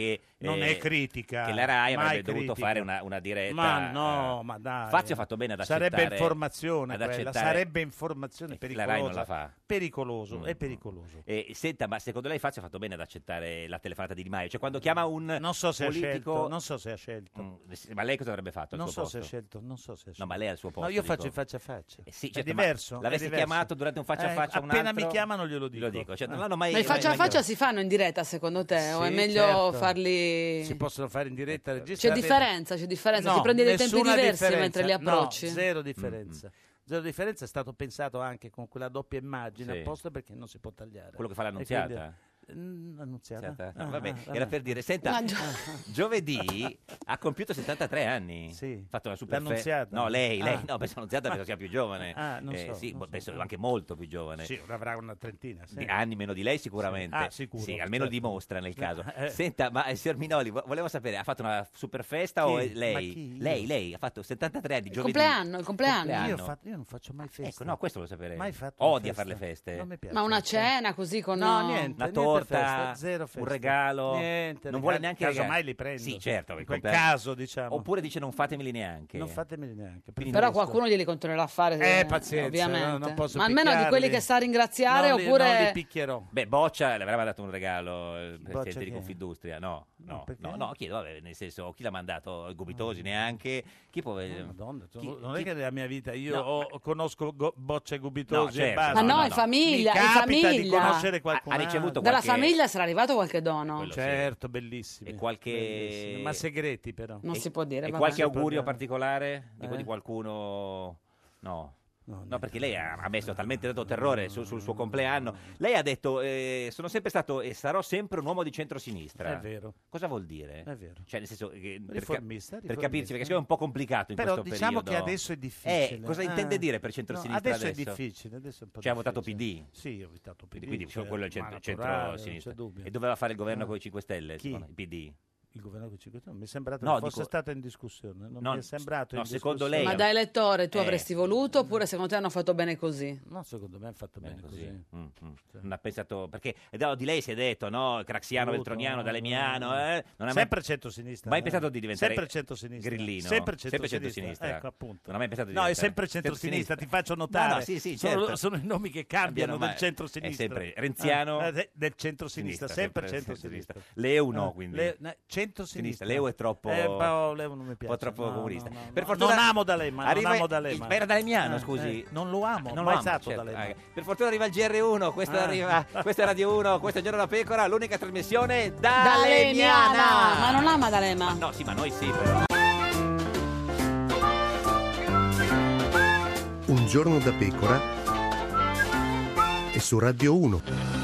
Non eh, è critica, che la Rai mai avrebbe dovuto critica. fare una, una diretta. Ma no, eh, ma dai. Fazio ha fatto bene ad accettare. Sarebbe informazione ad quella, accettare- sarebbe informazione Eh, pericolosa. La Rai non la fa. Pericoloso, Mm, è mm. pericoloso. E, senta, ma secondo lei Fazio ha fatto bene ad accettare la telefonata di Di Maio? Cioè quando chiama un Non so se politico... ha scelto, non so se ha scelto. Mm, ma lei cosa avrebbe fatto al Non suo so se ha posto? scelto, non so se ha No, ma lei al suo posto. No, io dico. faccio il faccia a faccia. Eh sì, È certo, ma diverso. è l'aveste diverso. chiamato durante un faccia a Eh, faccia un appena altro? mi chiamano glielo dico. Lo dico, cioè, non Eh. l'hanno mai Ma i faccia a mai- faccia si fanno in diretta secondo te? o è Sì, meglio certo. farli... Si possono fare in diretta C'è registrati. differenza, c'è differenza. No, Ti prendi dei tempi nessuna diversi differenza. mentre li approcci? No, zero differenza. Zero differenza è stato pensato anche con quella doppia immagine Sì. apposta perché non si può tagliare. Quello che fa E l'annunziata? quindi- Mm, annunziata? Annunziata? No, Ah, vabbè, ah, era vabbè. per dire, senta, Ma gio- giovedì ha compiuto settantatré anni. Sì. Ha fatto una super fe- L'annunziata? No, lei, lei, Ah. no, penso annunziata penso sia più giovane. Ah, non Eh, so, sì, non boh, so. penso anche molto più giovane. Sì, avrà una trentina. Sì. Di anni meno di lei sicuramente. Ah, sicuro, Sì, almeno certo. dimostra nel caso. Eh. Senta, ma eh, signor Minoli, vo- volevo sapere, ha fatto una super festa o Chi? è lei? Ma chi? Io? Lei, lei ha fatto settantatré anni, Il giovedì. compleanno, il compleanno. Io, ho fatto- io non faccio mai feste. Ecco, no, questo lo sapere. Mai fatto una Odia festa. fare le feste. Non mi piace. Ma una cena così con... No, niente. Una niente torta, feste, zero feste. un regalo. Niente, non vuole regali- neanche casomai regali. li prendo. Sì, certo, In il quel compleanno. caso, diciamo. Oppure dice non fatemeli neanche. Non fatemeli neanche. Però preferisco. qualcuno glieli continuerà a fare. Eh, eh, pazienza, ovviamente. no, non posso Ma almeno di quelli picchiarli. che sa ringraziare Non li- oppure... non li picchierò. Beh, Boccia le avrebbe dato un regalo il Boccia presidente di chi è? Confindustria? No, No, no, perché? no, no, chiedo, vabbè, nel senso, chi l'ha mandato? Gubitosi neanche? Chi può... Oh, Madonna, tu- chi- non è chi- che nella mia vita io No, ho- conosco go- bocce gubitosi No, certo, e basta. Ma no, no, in no. famiglia, Mi in capita di famiglia. conoscere qualcun Ha- ha ricevuto altro. Dalla qualche- famiglia sarà arrivato qualche dono. Quello sì. Certo, bellissimi. E qualche... Bellissimi, ma segreti però. Non e- si può dire, E vabbè. qualche Non si può augurio dire. particolare? Dico Eh? di qualcuno... No. No, No, perché lei ha ha messo talmente tanto terrore su- sul suo compleanno. Lei ha detto, eh, sono sempre stato e sarò sempre un uomo di centrosinistra. È vero. Cosa vuol dire? È vero. Cioè, nel senso, che per, ca- Riformista, per capirci, riformista. perché secondo me è un po' complicato in Però questo diciamo periodo. che adesso è difficile. Eh, cosa Ah. intende dire per No, centrosinistra adesso, adesso? è difficile, adesso è un po' Cioè ha votato P difficile. D? Sì, ho votato P D. Quindi cioè, quello è il ma centro, naturale, non centro-sinistra. c'è dubbio. E doveva fare il governo Ah. con i cinque Stelle, Chi? secondo il P D? Il governo con cinque Stelle? Mi è sembrato No, che fosse dico- stata in discussione. Non No, mi è sembrato no, in secondo discussione. lei- Ma da elettore tu Eh. avresti voluto oppure secondo te hanno fatto bene così? No, secondo me hanno fatto bene, Bene, così. così. Mm, mm. Non ha pensato perché eh, no, di lei si è detto no, craxiano, Voluto, veltroniano, no, dalemiano, no. eh? Non ha Sempre mai, centrosinistra. mai eh. pensato di diventare Sempre centrosinistra. grillino, Sempre sempre centrosinistra. centrosinistra. Ecco, appunto. Non ha mai pensato di No, è diventare sempre centrosinistra, ti faccio No, notare. no, sì, sì, sono, certo. sono i nomi che cambiano Cambiano, del ma centrosinistra. è sempre renziano, Ah, eh, del centrosinistra, sempre, sempre centrosinistra. Leu no, Ah, quindi. Le- no, centrosinistra. Leu è troppo Eh, un po' Leu non mi un piace. po' troppo No, comunista. no, no, Per no. fortuna Non amo D'Alema, non arriva amo il- D'Alema. Era Dalemiano, Eh, scusi. eh, non lo amo, non mai lo amo, stato certo. D'Alema. Ah, per fortuna arriva il G R uno, questo Ah. arriva, questo è Radio uno, questo è Giorno da Pecora, l'unica trasmissione Dalemiana! dalemiana. Ma non ama D'Alema? No, sì, ma noi sì, però. Un giorno da pecora e su Radio uno.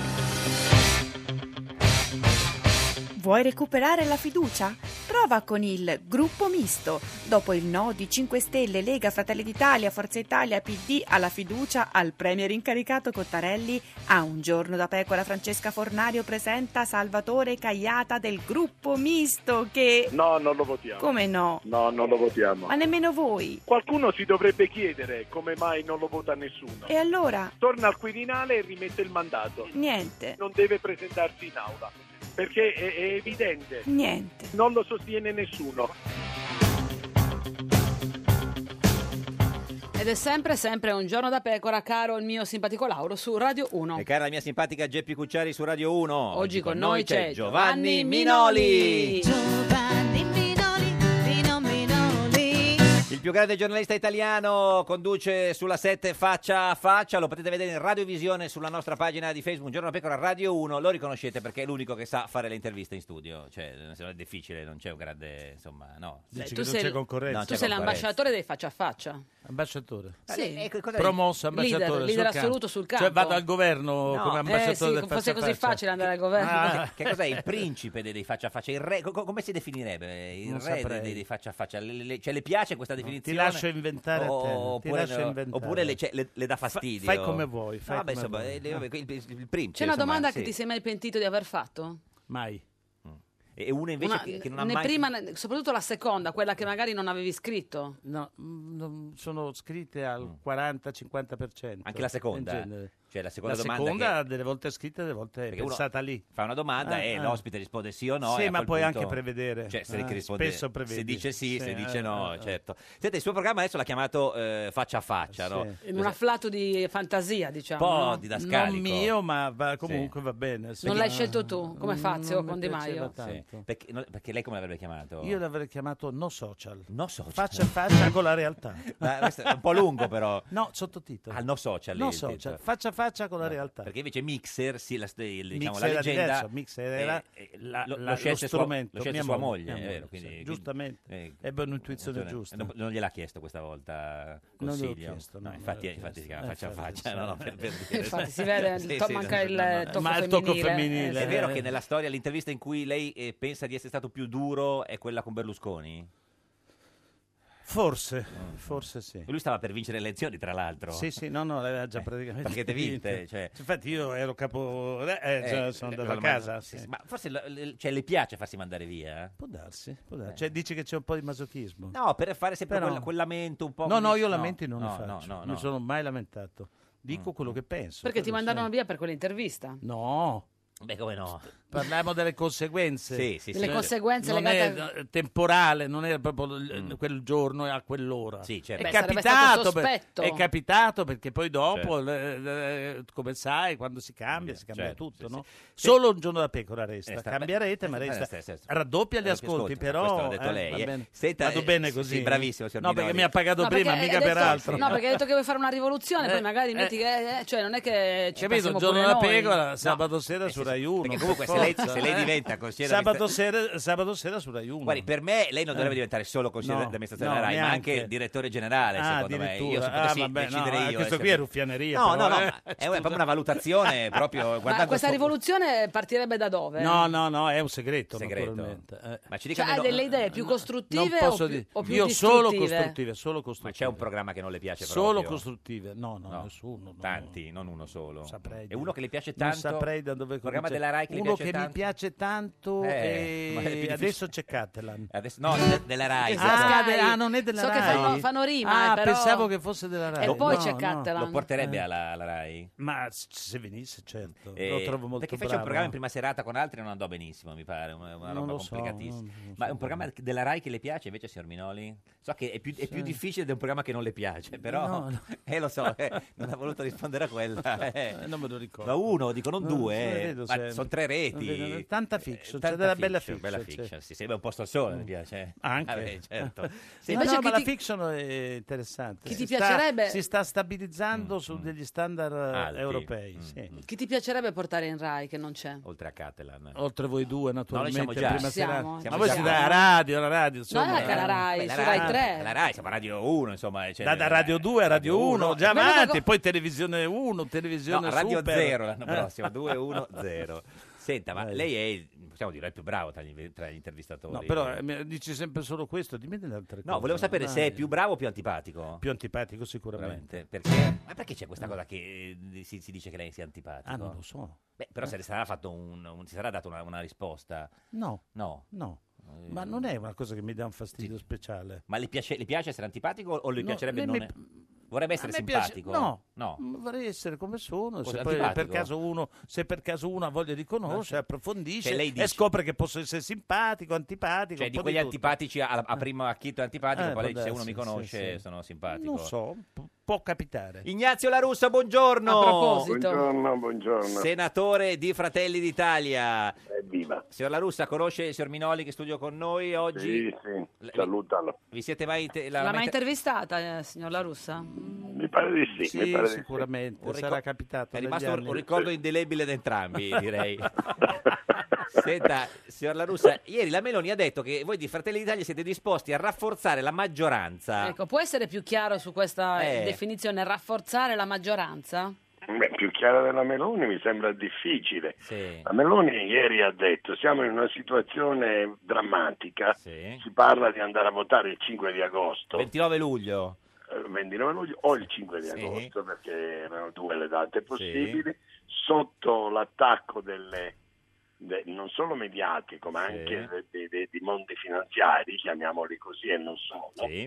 Vuoi recuperare la fiducia? Prova con il gruppo misto. Dopo il no di cinque Stelle, Lega, Fratelli d'Italia, Forza Italia, P D alla fiducia al premier incaricato Cottarelli, a Un giorno da pecora Francesca Fornario presenta Salvatore Cagliata del gruppo misto che... No, non lo votiamo. Come no? No, non lo votiamo. Ma nemmeno voi. Qualcuno si dovrebbe chiedere come mai non lo vota nessuno. E allora? Torna al Quirinale e rimette il mandato. Niente. Non deve presentarsi in aula, perché è, è evidente. Niente. Non lo sostiene nessuno. Ed è sempre, sempre un giorno da pecora, caro il mio simpatico Lauro su Radio uno. E cara la mia simpatica Geppi Cucciari su Radio uno. Oggi con noi c'è Giovanni Giovanni Minoli. Giovanni Minoli, Mino Minoli. Il più grande giornalista italiano, conduce sulla sette Faccia a Faccia, lo potete vedere in radiovisione sulla nostra pagina di Facebook, Un giorno da pecora Radio uno, lo riconoscete perché è l'unico che sa fare le interviste in studio, cioè se no è difficile, non c'è un grande, insomma, no. Dici tu che non sei, c'è concorrenza. Non tu c'è sei concorrenza. l'ambasciatore dei faccia a faccia. Ambasciatore. Sì. Ecco, cosa- Promosso ambasciatore. Leader, sul leader campo. assoluto sul campo. Cioè vado al governo No. come Eh ambasciatore sì, del fosse faccia a così faccia. facile andare al governo. Ah. Che cos'è il principe dei, dei faccia a faccia? Il re, co- co- come si definirebbe? Il Non re saprei. dei, dei faccia a faccia? Le, le- cioè, le piace questa definizione? lascio inventare a te, O- ti Oppure, lascio no, inventare. oppure le, cioè, le- le dà Fa- fastidio? fai come vuoi, fai Vabbè, come insomma, vuoi. eh, le- vabbè, il, il- il principe. C'è una insomma, domanda sì. che ti sei mai pentito di aver fatto? Mai. E una invece Una- che, che non ha né mai... prima, né- soprattutto la seconda, quella che magari non avevi scritto. No, mm, non- sono scritte al quaranta cinquanta per cento. Anche la seconda? in genere. Cioè la seconda La domanda seconda che... delle volte scritta, delle volte Perché uno pensata lì. fa una domanda Eh, e eh. l'ospite risponde sì o no. Sì, e a ma quel puoi punto- anche prevedere. Cioè, se, Eh, che risponde- spesso prevedi. se dice sì, Sì, se eh, dice no, eh, eh. certo. Senta, il suo programma adesso l'ha chiamato eh, Faccia a Faccia, no? In un afflato di fantasia, diciamo. Un po' no? didascalico. Non mio, ma va- comunque va bene. sì. Non l'hai Ma- scelto tu, come Fazio non con mi Di piaceva Maio? tanto. Sì. Perché, no, perché lei come l'avrebbe chiamato? Io l'avrei chiamato no social. No social. Faccia a faccia con la realtà. Ma questo è un po' lungo però. No, sottotitolo. Al no social. No il social, titolo. faccia a faccia con la realtà. Perché invece Mixer, sì, la, il- diciamo, Mixer la era leggenda... diverso, Mixer era eh, la- lo, la- lo scelse lo sua, strumento, lo scelse mia sua moglie, moglie, mia è vero, moglie, quindi- sì, quindi- giustamente. eh, Ebbe un'intuizione non- giusta. Non, non gliel'ha chiesto questa volta Non gliel'ho consiglio? chiesto, no, no, infatti, non gliel'ho infatti si chiesto. chiama Faccia a Eh, infatti, Faccia, sì. no, no, per, per dire. Infatti si vede, Sì, to- sì, manca no, il no, no. tocco Ma il tocco femminile. femminile. Eh, È vero Eh. che nella storia l'intervista in cui lei eh, pensa di essere stato più duro è quella con Berlusconi? Forse, forse sì. Lui stava per vincere le elezioni, tra l'altro. Sì, sì, no, no, l'aveva già praticamente perché te vinte, cioè. Infatti io ero capo, eh, eh, già Eh, sono eh, andato a ma- casa. sì, sì. sì, ma forse le, le- cioè, le piace farsi mandare via? eh? Può darsi, può darsi. Cioè dici che c'è un po' di masochismo? No, per fare sempre Però- quel, quel lamento un po'. No, no, così- io lamenti non no, ne no, faccio. no, Non no. mi sono mai lamentato. Dico quello che penso. Perché ti quello mandarono sì. via per quell'intervista? No. Beh, come no? Parliamo delle conseguenze. Sì, sì, Delle sì. conseguenze non legate è eh, temporale, non era proprio l- quel giorno e a quell'ora. Sì, certo. È Beh, sarebbe capitato, stato per- sospetto. è capitato perché poi dopo, Certo. le- le- come sai, quando si cambia, si cambia certo, tutto, sì, no? sì. Solo un giorno da pecora resta. Resta- Cambierete, beh, ma eh, resta. eh, sì, sì. Raddoppia gli Raddoppia ascolti, ascolti, però. questo l'ha detto eh, lei, va eh. bene. Senta, Vado eh, bene sì, così. sì, bravissimo, signor No, perché Minoli. mi ha pagato No, prima, perché mica hai per detto- altro. No, perché hai detto che vuoi fare una rivoluzione, Eh, poi magari metti eh. che... eh, cioè, non è che ci Capito? passiamo Un giorno pure da noi. pecora, sabato sera su Rai uno. perché per comunque se lei- forza, se lei eh. diventa consigliere sabato sera, sabato sera su Rai uno. Guardi, per me lei non dovrebbe Eh. diventare solo consigliere No, d'amministrazione no, della Rai, ma neanche. anche direttore generale, Ah, secondo me. Io addirittura. se Ah, potessi vabbè, decidere no, io. questo eh, qui è se- ruffianeria, No, però, no, no, eh. ma è proprio una valutazione proprio Ma guardando questa sto- rivoluzione partirebbe da dove? No, no, no, è un segreto, Segreto. naturalmente. eh. Ma ci dica Cioè, hai almeno- delle idee più Non costruttive posso o più, dire. o più Io solo distruttive? costruttive, solo Ma costruttive. c'è un programma che non le piace Solo proprio? costruttive. No, no, No. nessuno. no. Tanti, non uno solo. Saprei E dire. uno che le piace Non tanto? saprei da dove Il programma cominciare. della Rai che le Uno piace che mi tanto? piace tanto Eh, ma è più e difficile. adesso c'è Catalan. Adesso, no, de- della Rai. Esatto. esatto. Ah, Sky. de- ah, non è della So che Rai. fanno- fanno rima, Ah, eh, però- pensavo che fosse della Rai. E poi No, c'è no. Catalan. Lo porterebbe Eh. alla, alla Rai? Ma s- se venisse, certo. Eh, Lo trovo molto perché fece bravo. un programma in prima serata con altri e non andò benissimo, mi pare, una, una Non roba lo so, complicatissima. non- non Ma è so. un programma della Rai che le piace invece, signor Minoli? So che è più, è più difficile di un programma che non le piace, però... No, no. Eh, lo so, eh, non ha voluto rispondere a quella. eh. Eh, non me lo ricordo. Ma uno, dico non No, due, non eh. le vedo Ma sempre. sono tre Non reti. vedo- tanta fiction, Tanta c'è della bella fiction, fiction. bella c'è. fiction, sì, sembra un posto al sole, mi piace. Anche. Vabbè, certo. Sì, Sì, ma invece no, chi ma la ti- fiction è interessante. Chi Si ti sta- piacerebbe- Si sta stabilizzando Mm, su degli standard eh, Alti. europei. Mm, sì. Chi ti piacerebbe portare in Rai che non c'è? Oltre a Catalan. Oltre voi due, naturalmente. No, noi siamo già. prima Siamo, serata. siamo Ma voi già. siete alla radio, la radio. Insomma, Non è che la eh. Rai, Beh, la su Rai tre. La Rai, siamo a Radio uno, insomma. cioè, Da, da Radio due a Radio uno, già Quello che avanti, co- poi Televisione uno, No, Televisione Radio Super. zero l'anno Eh. prossimo, due uno zero. Senta, ma lei è, possiamo dire, il più bravo tra gli, tra gli intervistatori. No, però eh, mi dici sempre solo questo, dimmi delle altre cose. No, volevo sapere se è Dai. più bravo o più antipatico. Più antipatico sicuramente. Veramente. Perché? Ma perché c'è questa cosa che eh, si, si dice che lei sia antipatico? Ah, non lo so. Beh, però se le sarà fatto un, un- si sarà dato una, una risposta. No, No. no. Ma non è una cosa che mi dà un fastidio speciale. Ma le piace, le piace essere antipatico o le No, piacerebbe me- non... me- è- Vorrebbe essere A me piace- simpatico? no, No. m- vorrei essere come sono. Cosa, Se poi per antipatico? caso uno, se per caso uno ha voglia di conoscere, approfondisce Cioè, lei e dice- scopre che posso essere simpatico, antipatico. Cioè un di po' quegli tutto. antipatici a, a primo acchito è antipatico, Eh, poi lei può dice, se uno mi darsi, conosce sì, sì. sono simpatico. Non so, pu- può capitare. Ignazio La Russa, buongiorno. A proposito. Buongiorno, buongiorno. Senatore di Fratelli d'Italia. Evviva. Signor La Russa, conosce il signor Minoli che studio con noi oggi? Sì, sì, Le- salutalo. Vi siete mai... te- L'ha l'ha mai mai- intervistata, eh, signor La Russa? Mi pare di sì, mi Sì, pare di sì. sicuramente, Un sarà ricor- capitato. È negli rimasto un, anni. un ricordo indelebile da entrambi, direi. Senta, signor La Russa, ieri la Meloni ha detto che voi di Fratelli d'Italia siete disposti a rafforzare la maggioranza. Ecco, può essere più chiaro su questa Eh. definizione, rafforzare la maggioranza? Beh, più chiara della Meloni mi sembra difficile. Sì. La Meloni ieri ha detto siamo in una situazione drammatica, Sì. si parla di andare a votare il cinque di agosto, ventinove luglio. eh, ventinove luglio o il cinque di Sì. agosto, perché erano due le date possibili, sotto l'attacco delle, de- non solo mediatiche ma Sì. anche de- de- de- di mondi finanziari, chiamiamoli così e non solo, Sì.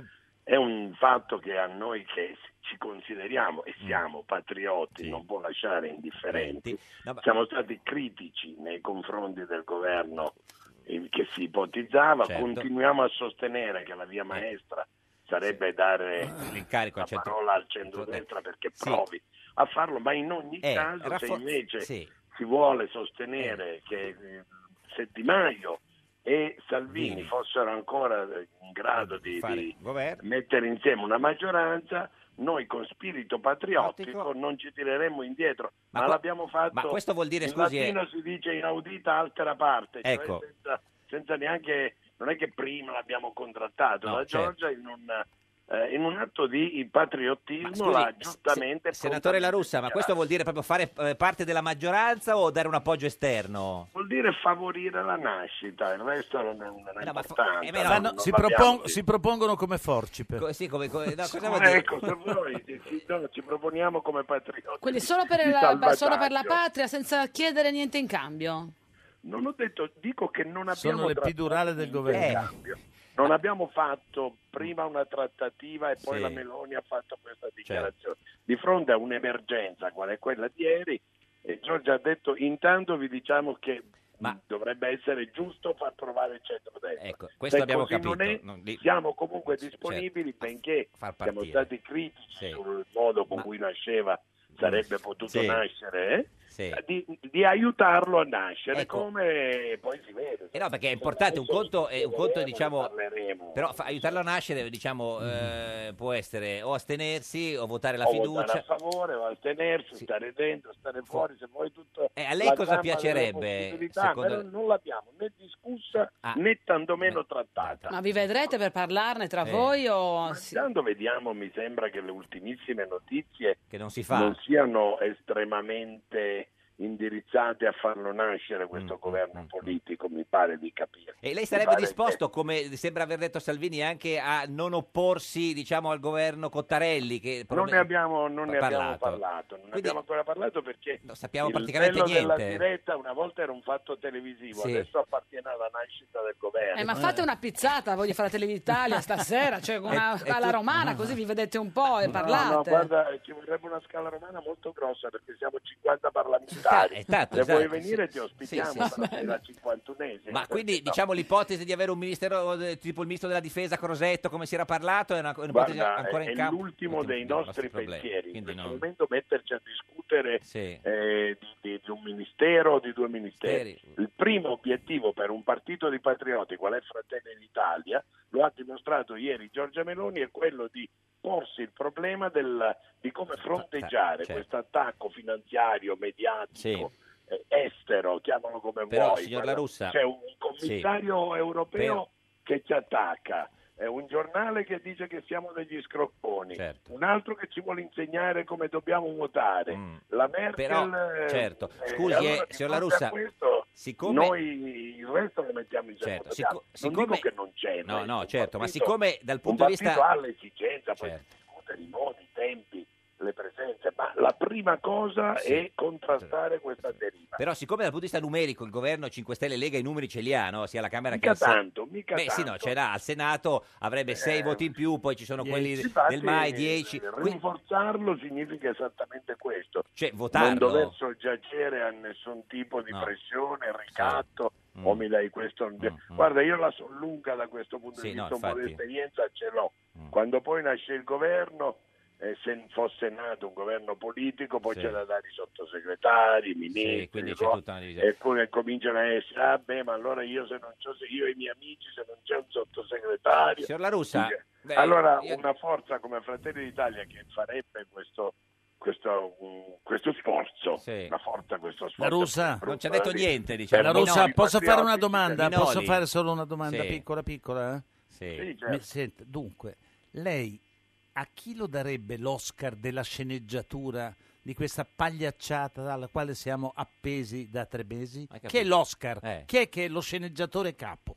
è un fatto che a noi che ci consideriamo e siamo patrioti non può lasciare indifferenti. No, ma- Siamo stati critici nei confronti del governo eh, che si ipotizzava, Certo. continuiamo a sostenere che la via maestra sarebbe dare L'incarico la al centro- parola al centrodestra perché provi a farlo, ma in ogni Eh, caso raffo- se invece sì. si vuole sostenere che eh, se Di Maio e Salvini Vini. fossero ancora in grado di, fare di governo. mettere insieme una maggioranza, noi con spirito patriottico non ci tireremmo indietro, Ma ma, qua- l'abbiamo fatto. ma questo vuol dire, in scusi, eh- latino si dice inaudita altera parte, cioè Ecco. senza, senza neanche, non è che prima l'abbiamo contrattato, No, la certo. Giorgia in un, eh, in un atto di patriottismo Ma scusi, l'ha giustamente se- senatore La Russa, ma prontamente questo vuol dire proprio fare eh, parte della maggioranza o dare un appoggio esterno? vuol dire favorire la nascita, il resto non è, non è importante. eh, beh, no, non- Fanno- non si, l'abbiamo propon- detto. si propongono come Forcipe. Co- sì, come, come- no, cosa Ma vuol dire? ecco, se voi sì, sì, no, ci proponiamo come patrioti. Quindi solo per, di la, salvataggio. solo per la patria, senza chiedere niente in cambio. Non ho detto, dico che non abbiamo Sono le trattato epidurali del in governo. cambio. Non abbiamo fatto prima una trattativa e poi Sì. la Meloni ha fatto questa dichiarazione. Di fronte a un'emergenza, qual è quella di ieri, e Giorgia ha detto intanto vi diciamo che Ma- dovrebbe essere giusto far provare il centrodestra. Ecco, questo Se abbiamo così capito. non è, non li- siamo comunque disponibili, certo, benché far siamo partire. stati critici sul modo con cui nasceva, sarebbe potuto Sì. nascere, eh? Sì. di, di aiutarlo a nascere, Ecco. come poi si vede. Eh no, perché è importante, un conto, è un conto diciamo, Parleremo. però fa- aiutarlo a nascere, diciamo, eh, può essere o astenersi o votare la O fiducia. votare a favore o astenersi, stare dentro, stare fuori, se vuoi tutto. Eh, a lei la cosa gamma delle piacerebbe, possibilità, secondo- però non l'abbiamo né discussa Ah. né tantomeno trattata. Ma vi vedrete per parlarne tra Eh. voi o... Ma intanto vediamo, mi sembra che le ultimissime notizie che non si fa. non siano estremamente indirizzate a farlo nascere Mm, questo governo politico, mi pare di capire. E lei Mi sarebbe pare disposto, come sembra aver detto Salvini, anche a non opporsi, diciamo, al governo Cottarelli? Che Non ne abbiamo, non ne abbiamo parlato. parlato, non ne Quindi- abbiamo ancora parlato perché sappiamo il praticamente bello della niente. diretta una volta era un fatto televisivo, Sì. adesso appartiene alla nascita del governo. Eh, ma fate una pizzata, voglio fare Televitalia stasera, cioè una E- e alla tu- romana, così vi vedete un po' e No, parlate. no, guarda, ci vorrebbe una scala romana molto grossa perché siamo cinquanta parlamentari. Esatto, Se esatto, vuoi venire sì, ti ospitiamo sì, sì, per la cinquantunesima. Ma quindi, perché no. diciamo, l'ipotesi di avere un ministero eh, tipo il ministro della difesa Crosetto, come si era parlato, è una, un'ipotesi Guarda, ancora è in campo? l'ultimo dei dei nostri problemi, pensieri. In quindi questo non- momento metterci a discutere Sì. eh, di, di- di un ministero o di due ministeri. Ministeri. Il primo obiettivo per un partito di patrioti, qual è Fratelli d'Italia, lo ha dimostrato ieri Giorgia Meloni, è quello di porsi il problema del- di come fronteggiare certo. questo attacco finanziario, mediatico, eh, estero, chiamalo come Però, vuoi. signor La Russa, C'è un commissario europeo Però- che ci attacca, è un giornale che dice che siamo degli scrocconi, Certo. un altro che ci vuole insegnare come dobbiamo votare, la Merkel... Però, eh, certo. eh, Scusi, allora, eh, di signor La fronte a Russa, questo, siccome- noi il resto lo mettiamo in secondo Certo, piano. sic- Non siccome- dico che non c'è, No, ma no, un certo, ma partito- siccome dal punto un di vista... partito ha l'esigenza poi Certo. di discutere i modi, i tempi, le presenze, ma la prima cosa Sì. è contrastare questa deriva. Però siccome dal punto di vista numerico il governo cinque Stelle e Lega i numeri ce li ha, no? Sia alla Camera Mica che al Senato. tanto, mica Beh sì, no, tanto. ce l'ha. Al Senato avrebbe sei Eh, voti in più, poi ci sono quelli Infatti, del M A I, dieci. Rinforzarlo significa esattamente questo. Cioè, votarlo. Non dover soggiacere a nessun tipo di No. pressione, ricatto, Mm. o mi dai questo... Guarda, io la so lunga da questo punto Sì, di no, vista, un po' di infatti. esperienza ce l'ho. Mm. Quando poi nasce il governo, eh, se fosse nato un governo politico, poi Sì. c'è da dare i sottosegretari, i ministri, Sì, quindi c'è no? tutta una divisione. e poi cominciano a essere, ah beh, ma allora io se non c'ho, se io e i miei amici, se non c'è un sottosegretario... Signor La Russa, Sì. beh, allora io- una forza come Fratelli d'Italia che farebbe questo, questo, mm, questo sforzo, una forza questo sforzo... La Russa Non ci ha detto niente, diciamo. La Russa, Minoli, posso fare una patrioti, domanda? Minoli. Posso fare solo una domanda Sì. piccola piccola? eh? Sì. Sì, certo. Mi- senta, dunque, lei a chi lo darebbe l'Oscar della sceneggiatura di questa pagliacciata alla quale siamo appesi da tre mesi? capito? Chi è l'Oscar? Eh. Chi è che è lo sceneggiatore capo?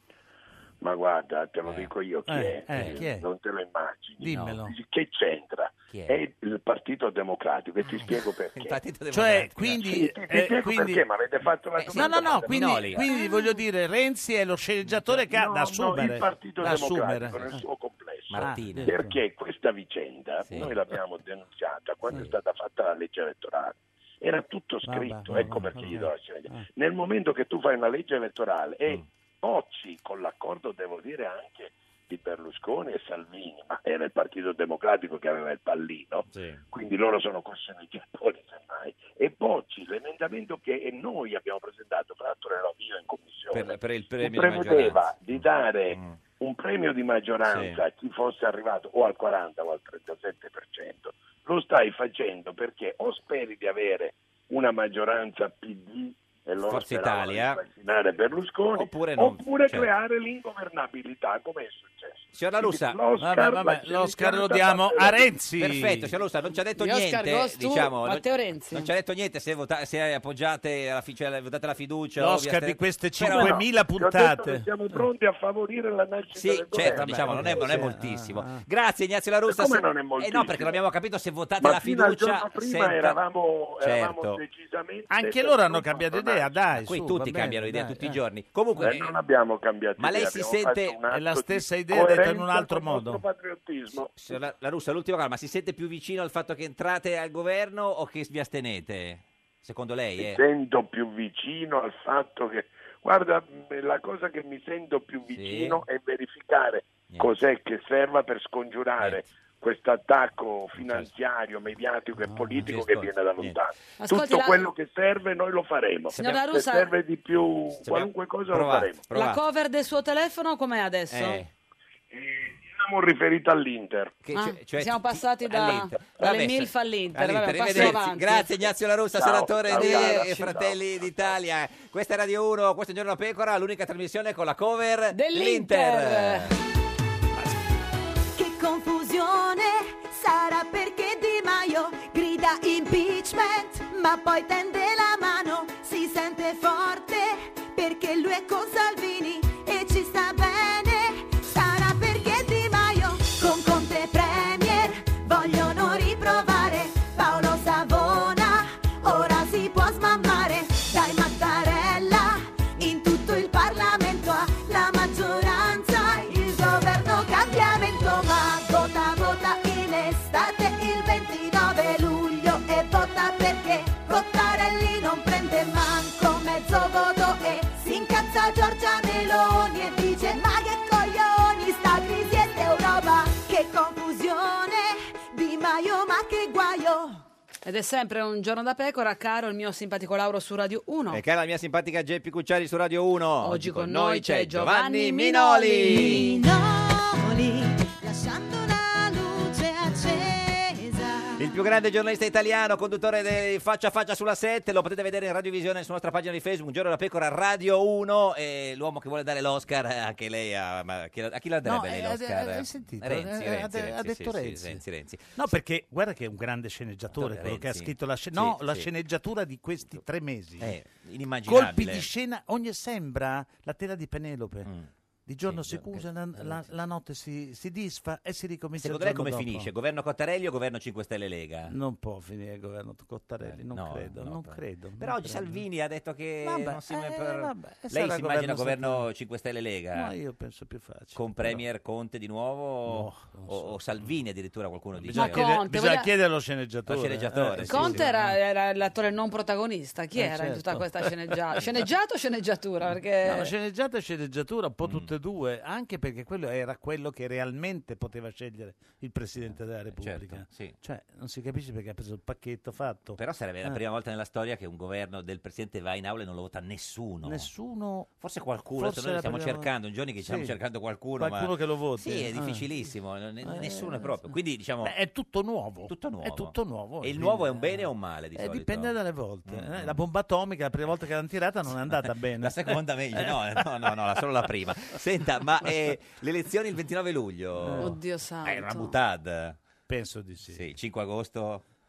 Ma guarda, te lo dico io chi, Eh, è, eh, chi è? non te lo immagini. Dimmelo. Dici, che c'entra? Chi è? È il Partito Democratico e ti spiego perché. Il Partito Cioè, Democratico. quindi, Sì, ti, ti eh, spiego quindi- perché, ma avete fatto la Eh, sì, No, domanda. no, no, per quindi, Minoli. quindi voglio dire, Renzi è lo sceneggiatore che ha No, da no, assumere. il Partito da Democratico assumere. nel suo complesso. Martina. Perché questa vicenda Sì. noi l'abbiamo denunziata quando è stata fatta la legge elettorale. Era tutto scritto, Vabbè, ecco vabbè, perché gli vabbè. do la scelta. Nel momento che tu fai una legge elettorale e bocci con l'accordo, devo dire, anche di Berlusconi e Salvini, ma era il Partito Democratico che aveva il pallino, quindi loro sono cosceneggiatori semmai, e bocci l'emendamento che noi abbiamo presentato, fra l'altro ero io in commissione, Per, per il che premio di prevedeva maggioranza. di dare un premio di maggioranza a chi fosse arrivato o al quaranta o al trentasette per cento. Lo stai facendo perché o speri di avere una maggioranza P D e loro Forza speravano Italia. di vaccinare Berlusconi, Oppure non, oppure certo. creare l'ingovernabilità, come è successo. Signor La Russa, Quindi l'Oscar, Vabbè, vabbè, la l'Oscar lo sceneggiata diamo parte a da- Renzi. Perfetto, signor Lussa, non ci ha detto Gli Oscar niente, goes to diciamo, non, Matteo Renzi. non ci ha detto niente se, vota- se appoggiate la, fi- cioè, votate la fiducia. o vi L'Oscar astenete- di queste Però- cinquemila Ti ho detto puntate. che siamo pronti a favorire la nascita Sì, del certo, governo. diciamo, non è, non è Sì, moltissimo. ah, ah. Grazie Ignazio La Russa. come se- non è Eh moltissimo? no, perché non abbiamo capito se votate Ma la fino al fiducia. giorno prima senza- eravamo, eravamo Certo. decisamente Anche per loro hanno non cambiato parlare. idea, dai. Qui su, tutti va bene, cambiano idea dai, tutti i eh. giorni. Comunque, Eh, non abbiamo cambiato ma lei idea, si abbiamo sente- fatto un È la atto stessa di idea detta in un coerenza altro col nostro modo. patriottismo. signor La, La Russa, l'ultima cosa, ma si sente più vicino al fatto che entrate al governo o che vi astenete? Secondo lei? Mi Eh? sento più vicino al fatto che, guarda, la cosa che mi sento più vicino è verificare cos'è che serva per scongiurare questo attacco finanziario, mediatico e politico sì, che ascolti, viene da lontano. Ascolti, Tutto la- quello che serve noi lo faremo. Signora Se Russa- serve di più qualunque cosa lo faremo. La cover del suo telefono com'è adesso? Eh. Siamo riferiti all'Inter. Che- Ah, cioè- cioè- siamo passati da, all'Inter. dalle Vabbè, MILF all'Inter, all'Inter, vabbè, passo arrivederci. avanti. Grazie Ignazio La Russa, Ciao, senatore ciao, di ciao, eh, ciao. Fratelli d'Italia. Questa è Radio uno, questo è Un Giorno da Pecora, l'unica trasmissione con la cover Dell'Inter. Che confusione sarà perché Di Maio grida impeachment, ma poi tende la mano, si sente forte perché lui è con Salvini e ci sta bene. Sarà perché Di Maio con Conte Premier vogliono riprovare Paolo Savona, ora si può smammare. Dai Mattarella, in tutto il Parlamento ha la maggioranza, il governo cambiamento, ma vota, vota in estate il ventinove luglio e vota perché Cottarelli non prende manco mezzo voto e si incazza Giorgia Meloni e dice ma che coglioni sta crisi è d'Europa, che confusione, Di Maio ma che guaio. Ed è sempre Un Giorno da Pecora, caro il mio simpatico Lauro su Radio uno. E cara la mia simpatica Geppi Cucciari su Radio uno. Oggi con noi c'è Giovanni Giovanni Minoli. Minoli, lasciando una luce accesa. Il più grande giornalista italiano, conduttore di Faccia a Faccia sulla sette, lo potete vedere in radiovisione sulla nostra pagina di Facebook, Un Giorno da Pecora Radio uno, e l'uomo che vuole dare l'Oscar, anche lei, a, ma chi- a chi la darebbe No, lei eh, l'Oscar? hai sentito? Renzi, Eh, Renzi, ha de- Renzi, ha detto sì, sì, Renzi. Renzi, Renzi. No, perché guarda che è un grande sceneggiatore, quello che ha Renzi. scritto la, sce- Sì, no, la sì. sceneggiatura di questi tre mesi. Eh, inimmaginabile. Colpi di scena, ogni sembra la tela di Penelope. Di giorno si cusa, la, la- la notte si, si disfa e si ricomincia Secondo il lei giorno come dopo. finisce? Governo Cottarelli o governo cinque Stelle Lega? Non può finire il governo Cottarelli, non no, credo, no, non però- credo. Però non oggi credo. Salvini ha detto che Vabbè, non si eh, per- vabbè, e lei sarà si immagina governo governo Salvini. cinque Stelle Lega? Ma io penso più facile. Con Premier Conte di nuovo o, o Salvini addirittura qualcuno dice? Bisogna, Ma chiedere, Conte, bisogna voglio- chiedere allo sceneggiatore. Lo sceneggiatore, Eh, sì, Conte sì. era, era l'attore non protagonista. Chi Eh, era in certo. tutta questa sceneggiata? Sceneggiato o sceneggiatura? Perché... No, sceneggiata e sceneggiatura, un po' Mm. tutte e due, anche perché quello era quello che realmente poteva scegliere il Presidente della Repubblica. certo, sì. Cioè, non si capisce perché ha preso il pacchetto fatto. Però sarebbe la Eh. prima volta nella storia che un governo del Presidente va in aula e non lo vota nessuno. Nessuno. Forse qualcuno, Forse adesso noi la stiamo prima- cercando, un giorno che stiamo Sì. cercando qualcuno. Qualcuno ma... che lo voti. Sì, è Eh. difficilissimo, non- Eh, nessuno è proprio. Quindi diciamo... Beh, è tutto nuovo. Tutto nuovo. È tutto nuovo. E il quindi, nuovo è un eh, bene o un male di eh, solito? dipende dalle volte. Mm, eh. mm. La bomba atomica, la prima volta che l'hanno tirata, non è andata bene. La seconda meglio, no, no, no, no, solo la prima. Senta, ma eh, le elezioni il ventinove luglio? Oddio santo. È una butad. Penso di sì. Sì, cinque agosto.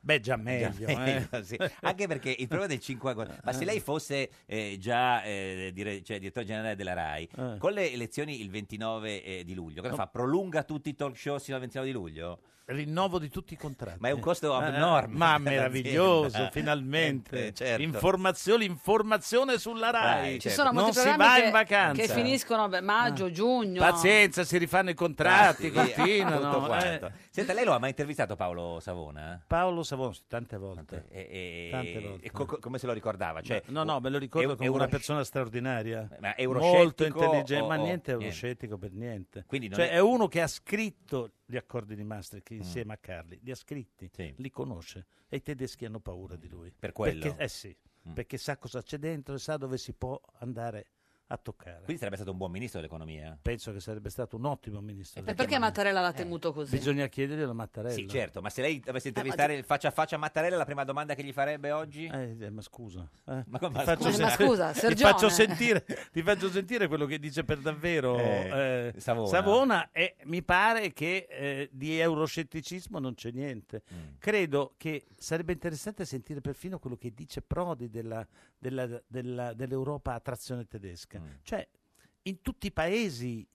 Beh, già meglio. Già meglio, eh. sì. Anche perché il problema del cinque agosto, ma se lei fosse eh, già eh, dire, cioè, direttore generale della RAI, Eh. con le elezioni il ventinove eh, di luglio, cosa No. fa? Prolunga tutti i talk show sino al ventinove di luglio? Rinnovo di tutti i contratti. Ma è un costo Eh, abnorme. ma per meraviglioso, l'azienda. finalmente. Eh, certo. Informazioni, informazione sulla RAI. Rai, Ci certo. sono molti Non si programmi va che, in vacanza. che finiscono beh, maggio, giugno. Pazienza, si rifanno i contratti, Infatti, via, continuano. tutto eh. quanto. Senta, lei lo ha mai intervistato Paolo Savona? Paolo Savona, tante volte. E, e- Tante volte. e co- co- come se lo ricordava? Cioè, No, no, me lo ricordo eu- come euro- una persona straordinaria, Ma molto euroscettico intelligente, o- ma o- niente niente? euroscettico per niente. Quindi non Cioè, è- è... uno che ha scritto gli accordi di Maastricht insieme a Carli, li ha scritti, Sì. li conosce e i tedeschi hanno paura di lui. Per quello? Perché, eh sì, Mm. perché sa cosa c'è dentro e sa dove si può andare a toccare. Quindi sarebbe stato un buon ministro dell'economia? Penso che sarebbe stato un ottimo ministro. E perché Mattarella l'ha temuto così? Bisogna chiederglielo a Mattarella. Sì, certo, ma se lei dovesse intervistare il faccia a faccia a Mattarella, la prima domanda che gli farebbe oggi? Eh, eh, ma scusa, eh. Ma come- Ti ma faccio scusa? sen- Ma scusa, ti Sergione. faccio sentire, ti faccio sentire quello che dice per davvero Eh, eh, Savona. Savona e mi pare che eh, di euroscetticismo non c'è niente. Mm. Credo che sarebbe interessante sentire perfino quello che dice Prodi della, della- della- dell'Europa a trazione tedesca. Mm. Cioè, in tutti i paesi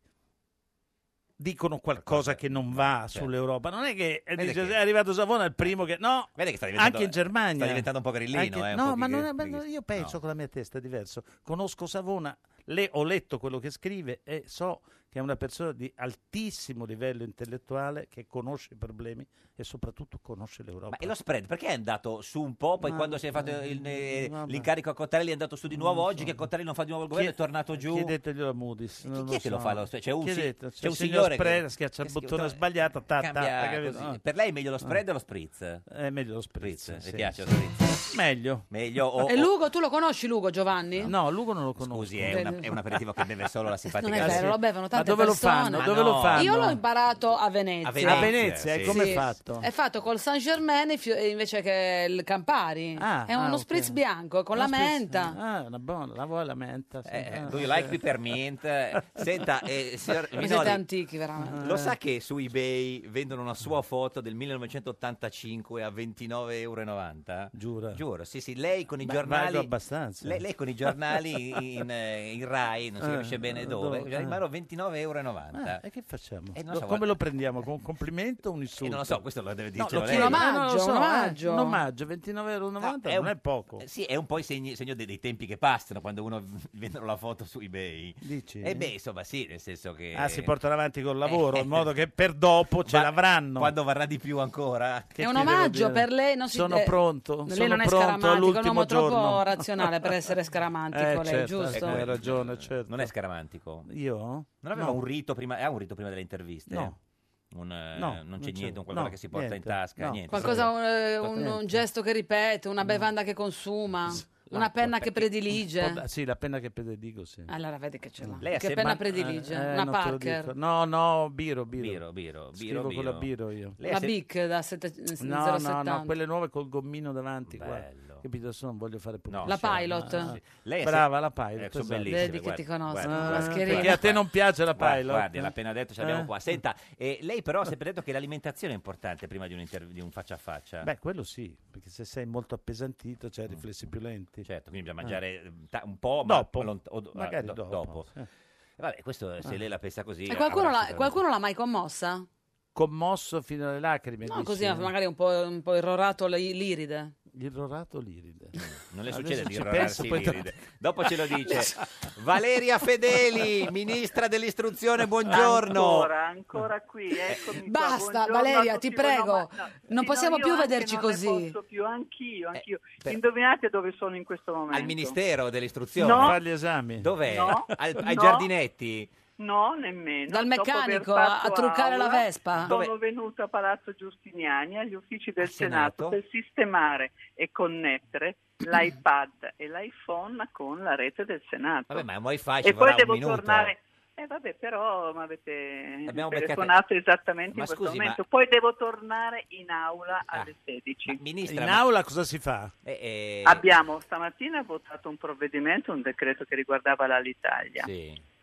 dicono qualcosa che non va certo. sull'Europa. Non è che, eh, Vede dice, che- è arrivato Savona il primo che... No, Vede che sta diventando- anche in Germania. sta diventando un po' grillino, Anche- eh, un no, po' ma chi- non è- ma chi- no, io penso no. con la mia testa è diverso. Conosco Savona, le, ho letto quello che scrive e so che è una persona di altissimo livello intellettuale che conosce i problemi e soprattutto conosce l'Europa. Ma e lo spread perché è andato su un po', poi Ma- quando si è fatto il- eh, vabbè. l'incarico a Cottarelli è andato su di nuovo, Non lo oggi so. che Cottarelli non fa di nuovo il governo, è tornato giù. Chiedeteglielo a Moody's. non chi è che lo so. fa lo spread? C'è un, si- Chiedete, c'è un il signor signore spread, che schiaccia il che si- bottone sbagliato, ta, ta, cambia hai capito? così. Ah. Per lei è meglio lo spread Ah. o lo spritz? È meglio lo spritz. Spritz, sì, mi piace sì. lo spritz. Meglio. Meglio o, E o- Lugo, tu lo conosci Lugo Giovanni? No, Lugo non lo conosco. Scusi, è, una- è un aperitivo che beve solo la simpatica. Non è vero, lo bevono tante Ma dove lo persone. fanno? Ma Dove no. lo fanno? Io l'ho imparato a Venezia. A Venezia, A Venezia, sì. e come Sì. è fatto? È fatto col Saint Germain e fio- e invece che il Campari. Ah, è uno ah, ok. spritz bianco con Uno la spritz- menta. Ah, una buona, la vuoi la menta? sì. Eh, Ah. do you like peppermint? Senta, eh, signor Voi Minoli, siete antichi, veramente. lo sa che su eBay vendono una sua foto del millenovecentottantacinque a ventinove e novanta euro? Giura. Giuro, sì, sì, lei con i Beh, giornali... valgo abbastanza. Lei, lei con i giornali in, eh, in Rai, non si Eh, capisce bene dove, dove? rimangono ventinove e novanta Ah, e che facciamo? Eh, non Lo- so, come guarda- lo prendiamo? Con un complimento o un Eh, insulto? non lo so, questo lo deve No, dircelo lo lei. chiedo, Un eh, non lo omaggio, so, un eh, omaggio. un omaggio, ventinove e novanta No, non un- è poco. eh, Sì, è un po' il segni- segno dei, dei tempi che passano quando uno vendono la foto su eBay. Dici? E beh, insomma, sì, nel senso che... Ah, si portano avanti col lavoro, Eh. in modo che per dopo ce Va- l'avranno. Quando varrà di più ancora. Che È un ti devo omaggio dire? per lei. Non si, Sono eh, pronto, Lei sono non è pronto scaramantico, è un all'ultimo uomo troppo giorno. razionale per essere scaramantico, Eh, lei, certo, giusto? hai ragione, certo. Non è scaramantico. Io? Non aveva No. un rito prima, ha un rito prima delle interviste? No. Un, eh, No, non non c'è c'è. niente, un qualcosa No, che si porta niente. in tasca, No. niente. Qualcosa, un, eh, un- Niente. un gesto che ripete, una bevanda che consuma, una penna che predilige. Oh, sì, la penna che prediligo, sì. Allora vedi che ce l'ha. Lei ha Che sempre- penna predilige? Eh, una non te lo Parker. dico. No, no, Biro, Biro. Biro, Biro, Scrivo Biro, con la Biro. Biro io. Lei ha Una se- Bic da sette- No, zero no, settanta. no, quelle nuove col gommino davanti, guarda. Bello. Capito? Adesso non voglio fare pubblicità. No, La certo. Pilot. Ah, Sì. Lei è Brava, se- la Pilot. Eh, sono esatto. bellissime, Vedi che guarda, ti conosco, guarda, la guarda. mascherina. Perché a te non piace la Guarda, Pilot? Guardi, l'ha appena detto, ce l'abbiamo Eh? qua. Senta, eh, lei però ha sempre detto che l'alimentazione è importante prima di un, inter- di un faccia a faccia. Beh, quello sì, perché se sei molto appesantito c'hai riflessi più lenti. Certo, quindi bisogna mangiare eh, ta- un po', ma Dopo, lont- o do- ah, magari do- dopo. sì. Eh, Vabbè, questo se lei la pensa così... E qualcuno, avrà l'ha, sicuramente- qualcuno l'ha mai commossa? Commosso fino alle lacrime. No, dici? così magari un po', un po' irrorato li- l'iride. Irrorato l'iride. Non le Adesso succede di ci irrorarsi penso, poi- l'iride. Dopo ce lo dice. Valeria Fedeli, ministra dell'istruzione, buongiorno. Ancora, ancora qui, eccomi qua. Basta, Buongiorno Valeria, a ti tutti. prego. No, ma- no, Non sì, possiamo no, più io anche vederci non ne così. posso più, anch'io, anch'io. per- Indovinate dove sono in questo momento? Al Ministero dell'istruzione. No. Fa gli esami. Dov'è? No. Al- ai No. giardinetti? No, nemmeno. Dal Dopo aver meccanico a- fatto a truccare la aula, Vespa? Sono Dove- venuta a Palazzo Giustiniani, agli uffici del Al Senato, Senato? per sistemare e connettere l'iPad e l'iPhone con la rete del Senato. Vabbè, ma un wifi ci e poi vorrà un devo minuto. tornare. Eh vabbè, però mi avete Abbiamo telefonato esattamente Ma in questo scusi, momento. ma- Poi devo tornare in aula Ah, alle sedici. Ministra, In ma- aula cosa si fa? eh, eh, Abbiamo stamattina votato un provvedimento, un decreto che riguardava l'Alitalia. Sì.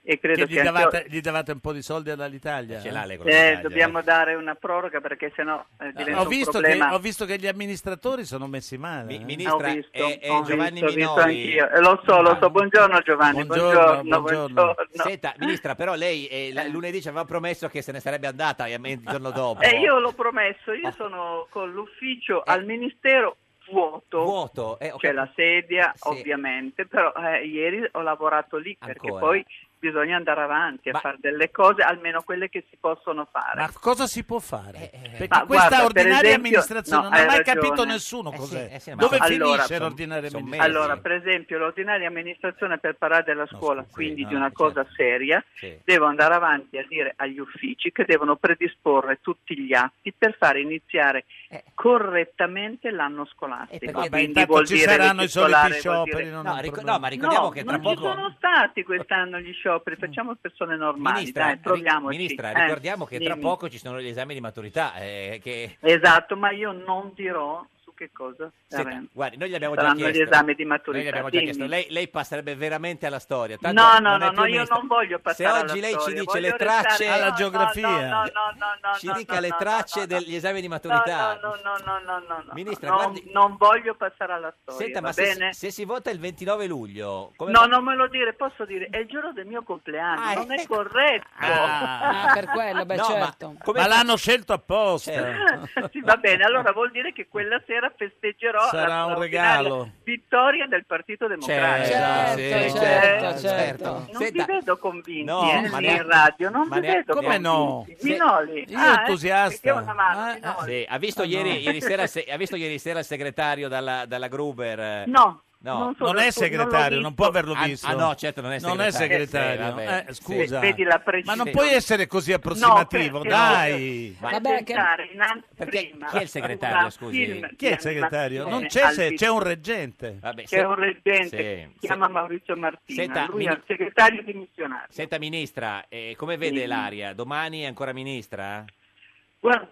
e credo Che che, gli anche- davate, gli davate un po' di soldi all'Italia? Ce l'ha lei con eh, l'Italia, dobbiamo dare una proroga perché sennò eh, diventa Ho un visto, che, problema. ho visto che gli amministratori sono messi male. eh. Ministra, Ho visto, è, è ho Giovanni visto, ho visto Minoli. anch'io. Eh, lo so, lo so. Buongiorno Giovanni, Buongiorno, buongiorno. buongiorno. buongiorno. Senta, Ministra, però lei eh, la- lunedì ci aveva promesso che se ne sarebbe andata il giorno dopo. Eh, io l'ho promesso, io sono con l'ufficio al Ministero vuoto. Vuoto, eh, ho C'è cap- la sedia, Sì. ovviamente, però eh, ieri ho lavorato lì perché Ancora? poi bisogna andare avanti a fare delle cose, almeno quelle che si possono fare. Ma cosa si può fare? Perché Ma questa guarda, per ordinaria esempio- amministrazione no, non ha hai mai ragione. capito nessuno Eh cos'è. sì, eh sì, ma Dove allora, finisce son- l'ordinaria son amministrazione? Allora, per esempio, l'ordinaria amministrazione per parlare della scuola, quindi no, di una cosa seria, Sì. devo andare avanti a dire agli uffici che devono predisporre tutti gli atti per fare iniziare correttamente l'anno scolastico. perché- Quindi intanto vuol ci dire saranno i soliti regolare, vuol scioperi, dire- non No, è un ric- problema. no, ma ricordiamo No, che tra non poco... ci sono stati quest'anno gli scioperi, facciamo persone normali, Ministra, dai, ri- proviamoci. Ministra, Eh, ricordiamo che tra dimmi. poco ci sono gli esami di maturità. eh, che... Esatto, ma io non dirò su che cosa Senta, saranno. guardi, noi gli abbiamo già Saranno chiesto. gli esami di maturità. Noi gli abbiamo già Dimmi. chiesto. Lei, lei passerebbe veramente alla storia. Tanto No, no, non è no, più no, io ministra. non voglio passare Se alla oggi lei ci storia, dice le voglio tracce restare- alla no, no, geografia, no, no, no, no, ci no, dica no, le no, tracce no, no. degli esami di No, maturità. no, no, no, no, no, no. Ministra, non, guardi- non voglio passare alla storia, Senta, va ma se, bene? se si vota il ventinove luglio, come No, fa- non me lo dire, posso dire, è il giorno del mio compleanno, Ah, non è ecco. corretto. Ah, per quello, beh, No, ma certo. come Ma fa- l'hanno scelto apposta. Sì, va bene, allora vuol dire che quella sera festeggerò Sarà la un straordinaria regalo. vittoria del Partito Democratico. Certo, Certo, sì, certo, certo. certo. Non Senta, vi vedo convinti No, eh, ma lì ne- in radio, non ma vi ne- vedo come no? convinti. Minoli, Io ah, eh, entusiasta. mi dia una mano, Eh, Minoli. Sì, ha visto Ah, ieri, no. ieri sera, se- ha visto ieri sera il segretario dalla, dalla Gruber? eh? No, No. non, sono- Non è segretario, l'ho non può visto. averlo Ah, visto. ah, no, certo, non è Non è segretario. segretario. Eh, vabbè, Eh, sì. scusa. Vedi la Ma non precisione. puoi essere così approssimativo, No, perché- dai. Per Vabbè, che- pensare in Perché prima chi è il segretario, una scusi? film Chi è il di segretario? Non animazione c'è, se- al c'è un reggente. Vabbè, C'è se- un reggente sì, che si sì. chiama Maurizio Martina, Senta, lui mini- è il segretario dimissionario. Senta, Ministra, eh, come vede Sì. l'aria? Domani è ancora Ministra? Guarda,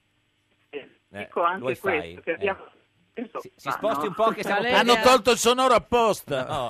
Eh, dico anche wifi, questo, che eh. abbiamo... Si, si sposti un po' che stiamo Valeria- Hanno tolto il sonoro apposta. No,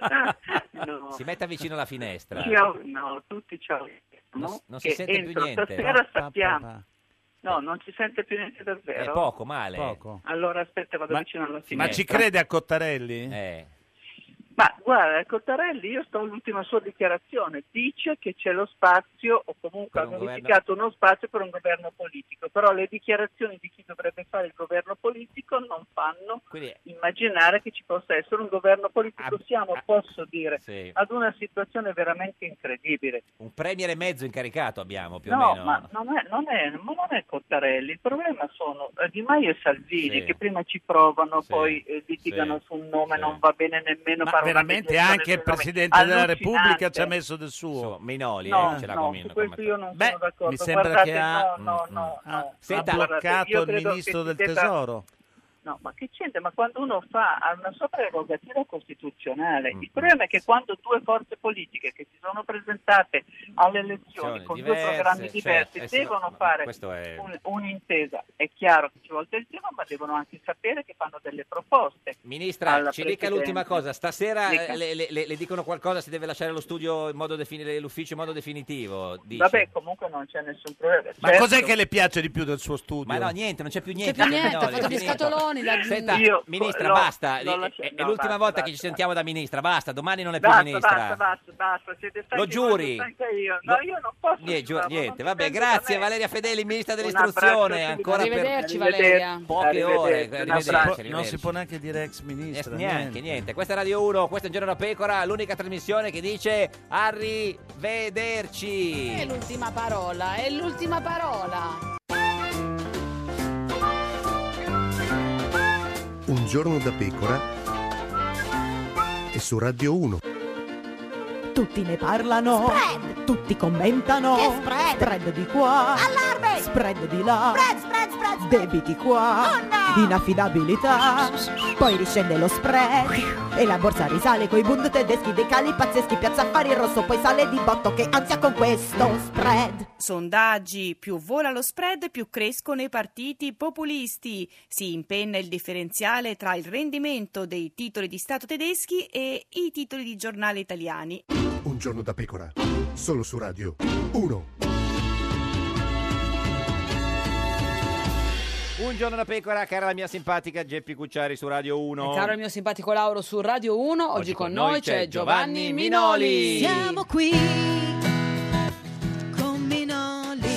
no, si metta vicino alla finestra. ci au- no, tutti ci auguriamo Non- non si che sente più entro niente. stasera Pa, pa, sappiamo. pa. No, non si sente più niente È davvero? poco, male. Poco. Allora aspetta, vado Ma, vicino alla ma finestra. ci crede a Cottarelli? Eh. Ma guarda, Cottarelli, io sto all'ultima sua dichiarazione, dice che c'è lo spazio, o comunque Per ha un governo- verificato uno spazio per un governo politico, però le dichiarazioni di chi dovrebbe fare il governo politico non fanno Quindi, immaginare che ci possa essere un governo politico. Ah, Siamo, ah, posso dire, sì. ad una situazione veramente incredibile. Un premier e mezzo incaricato abbiamo, più No, o meno. ma non è, non, è, ma non è Cottarelli, il problema sono eh, Di Maio e Salvini Sì. che prima ci provano, Sì. poi eh, litigano Sì. su un nome, Sì. non va bene nemmeno Ma fare una veramente mediazione anche il sui nomi. Presidente della Allucinante. Repubblica ci ha messo del suo. Su, Minoli, No, eh, ce l'ha no, con su con questo io non Beh, sono d'accordo. mi sembra Guardate, che ha- no, no, Mm, no, Ha, no. Senta- ha Guardate, bloccato io il credo ministro che del si debba- Tesoro. No, ma che c'entra? Ma quando uno fa ha una sua prerogativa costituzionale, Mm. il problema è che quando due forze politiche che si sono presentate alle elezioni con diverse, due programmi certo, diversi eh sì, devono ma fare questo è- un- un'intesa. È chiaro che ci vuole il tempo, ma devono anche sapere che fanno delle proposte. Ministra, alla ci dica Presidente. l'ultima cosa. Stasera Dica. eh, le, le- le- le dicono qualcosa? Si deve lasciare lo studio in modo defini- l'ufficio in modo definitivo? Dice. Vabbè, comunque non c'è nessun problema. Ma Certo. cos'è che le piace di più del suo studio? Ma no, niente, non c'è più niente. C'è più niente, No, ha è fatto gli finito. scatoloni. La... Senta, Io- Ministra, l'ho- basta. l'ho È- lasciato- È, no, l'ultima basta, volta basta, che ci sentiamo da Ministra. Basta, domani non è più Basta, Ministra. basta, basta, basta, siete stanchi, Lo giuri. sono stanca io. No, io non posso. Niente, giu- giurare, niente. non vabbè, dipende da grazie me. Valeria Fedeli, Ministra Un dell'Istruzione. abbraccio, Ancora per Arrivederci, Arrivederci. Valeria. poche ore. Arrivederci, un Arrivederci, abbraccio. arrivederci. Non si può neanche dire ex Eh, ministro. Neanche, niente. Questa è Radio uno, questo è Un Giorno da Pecora, l'unica trasmissione che dice arrivederci. È l'ultima parola, è l'ultima parola. Un giorno da pecora e su Radio uno. Tutti ne parlano. Spread. Tutti commentano. Che spread? Spread di qua. Allarme! Spread di là. Spread, spread, spread! Debiti qua. Oh no! Inaffidabilità. Poi riscende lo spread. E la borsa risale coi bund tedeschi, dei cali pazzeschi, piazza affari rosso, poi sale di botto, che ansia con questo spread. Sondaggi: più vola lo spread, più crescono i partiti populisti. Si impenna il differenziale tra il rendimento dei titoli di Stato tedeschi e i titoli di giornale italiani. Un Un giorno da pecora, solo su Radio uno. Un giorno da pecora, cara la mia simpatica Geppi Cucciari su Radio uno. E caro il mio simpatico Lauro su Radio uno, oggi, Oggi con con noi noi c'è c'è Giovanni Giovanni Minoli. Siamo qui con Minoli.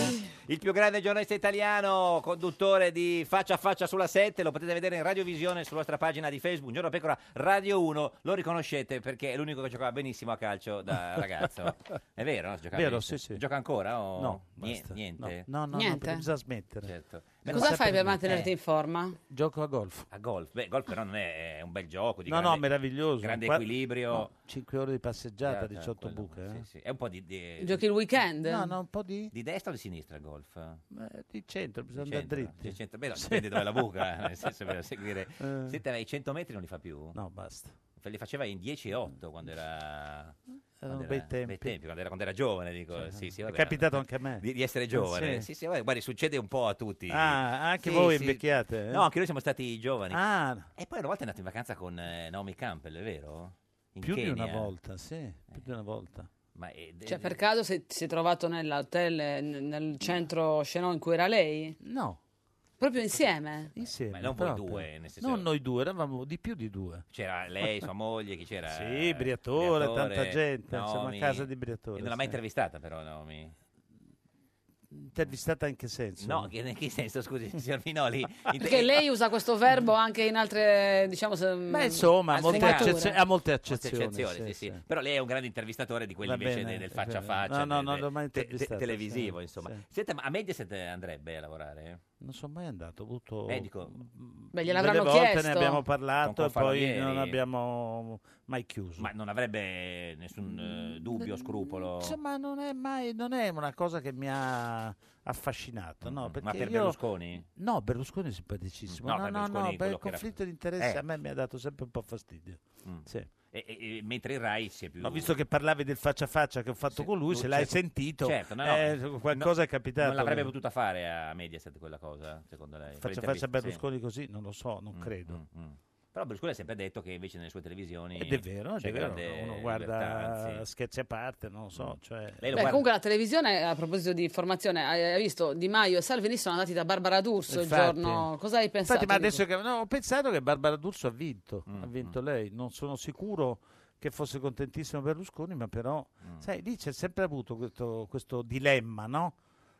Il più grande giornalista italiano, conduttore di Faccia a Faccia sulla sette, lo potete vedere in radiovisione sulla nostra pagina di Facebook, Un giorno da pecora Radio uno, lo riconoscete perché è l'unico che giocava benissimo a calcio da ragazzo. È vero, no? Giocava Vero, benissimo. sì, sì. Gioca ancora? O... No, Nie- basta. niente? No, no, no, Niente? no, perché bisogna smettere. Certo. Cosa fai per Eh. mantenerti in forma? Gioco a golf. A golf? Beh, golf però non è, è un bel gioco. Di No, grande, no, meraviglioso. Grande Qua- equilibrio. no, cinque ore di passeggiata, Eh, diciotto quello, buche. Eh? sì, sì. È un po' di, di, Giochi il weekend? No, no, un po' di... di destra o di sinistra il golf? eh, di centro, bisogna Di andare centro, dritti. di centro. Beh, no, Sì. dipende dove la buca, eh, nel senso per seguire. Eh. Senta, i cento metri non li fa più? No, basta. Li faceva in dieci e otto quando era... Erano quando bei era- tempi. quando, era, quando era giovane, dico. Sì, sì, È vabbè, capitato anche a me. Di, di essere giovane. Sì. Sì, sì, guardi, guardi, succede un po' a tutti. Ah, anche Sì, voi sì. invecchiate? eh? No, anche noi siamo stati giovani. Ah, E poi una volta è andato in vacanza con eh, Naomi Campbell, è vero? In più di Kenya. una volta, sì, più di una volta. Ma è- Cioè, per caso si si è trovato nell'hotel, eh, n- nel centro Chenon in cui era lei? No. Proprio insieme? Insieme. Ma non voi proprio. due, nel senso- Non noi due, eravamo di più di due. C'era lei, sua moglie, chi c'era? Sì, Briatore, tanta gente, insomma, a casa di Briatore, E non l'ha mai sì. intervistata però, Naomi? Intervistata in che senso? No, che- in che senso, scusi, signor Minoli? Perché lei usa questo verbo anche in altre, diciamo... Se, Beh, insomma, ha molte, sfumature. accezio- ha molte Molte accezioni. eccezioni, sì, sì, sì. sì. Però lei è un grande intervistatore di quelli Va invece bene, de- del è faccia a vero. faccia. No, no, de- non de- l'ho mai te- te- intervistato, televisivo, sì, insomma. sì. Senta, ma a Mediaset andrebbe a lavorare? Non sono mai andato, ho avuto... Medico? Beh, gliel'avranno Delle volte chiesto. ne abbiamo parlato Con e poi Confalonieri. non abbiamo mai chiuso. Ma non avrebbe nessun eh, dubbio, scrupolo? Insomma, non è mai non è una cosa che mi ha affascinato, no? Perché Ma per io- Berlusconi? No, Berlusconi è simpaticissimo. No, No, per no, Berlusconi no, per quello il che era- conflitto di interesse Eh. a me mi ha dato sempre un po' fastidio. Mm. Sì. E, e- e mentre il Rai si è più... No, visto che parlavi del faccia a faccia che ho fatto con lui, se l'hai certo. sentito, Certo, no, no. eh, qualcosa No, è capitato. Non l'avrebbe potuta fare a Mediaset quella cosa, secondo lei? Faccia a Quell'intervista, faccia a Berlusconi così, non lo so, non Mm, credo. mm, mm. Però Berlusconi ha sempre detto che invece nelle sue televisioni... Ed è vero, c'è è vero. grande Uno guarda libertà, anzi. scherzi a parte, non lo so. Cioè... Lei lo Beh, guarda- comunque la televisione, a proposito di informazione, hai hai visto Di Maio e Salvini sono andati da Barbara D'Urso Infatti. il giorno... Cosa hai pensato? Infatti, ma di- adesso che no, ho pensato che Barbara D'Urso ha vinto, Mm, ha vinto lei. Non sono sicuro che fosse contentissimo Berlusconi, ma però, Mm. sai, lì c'è sempre avuto questo, questo dilemma, no?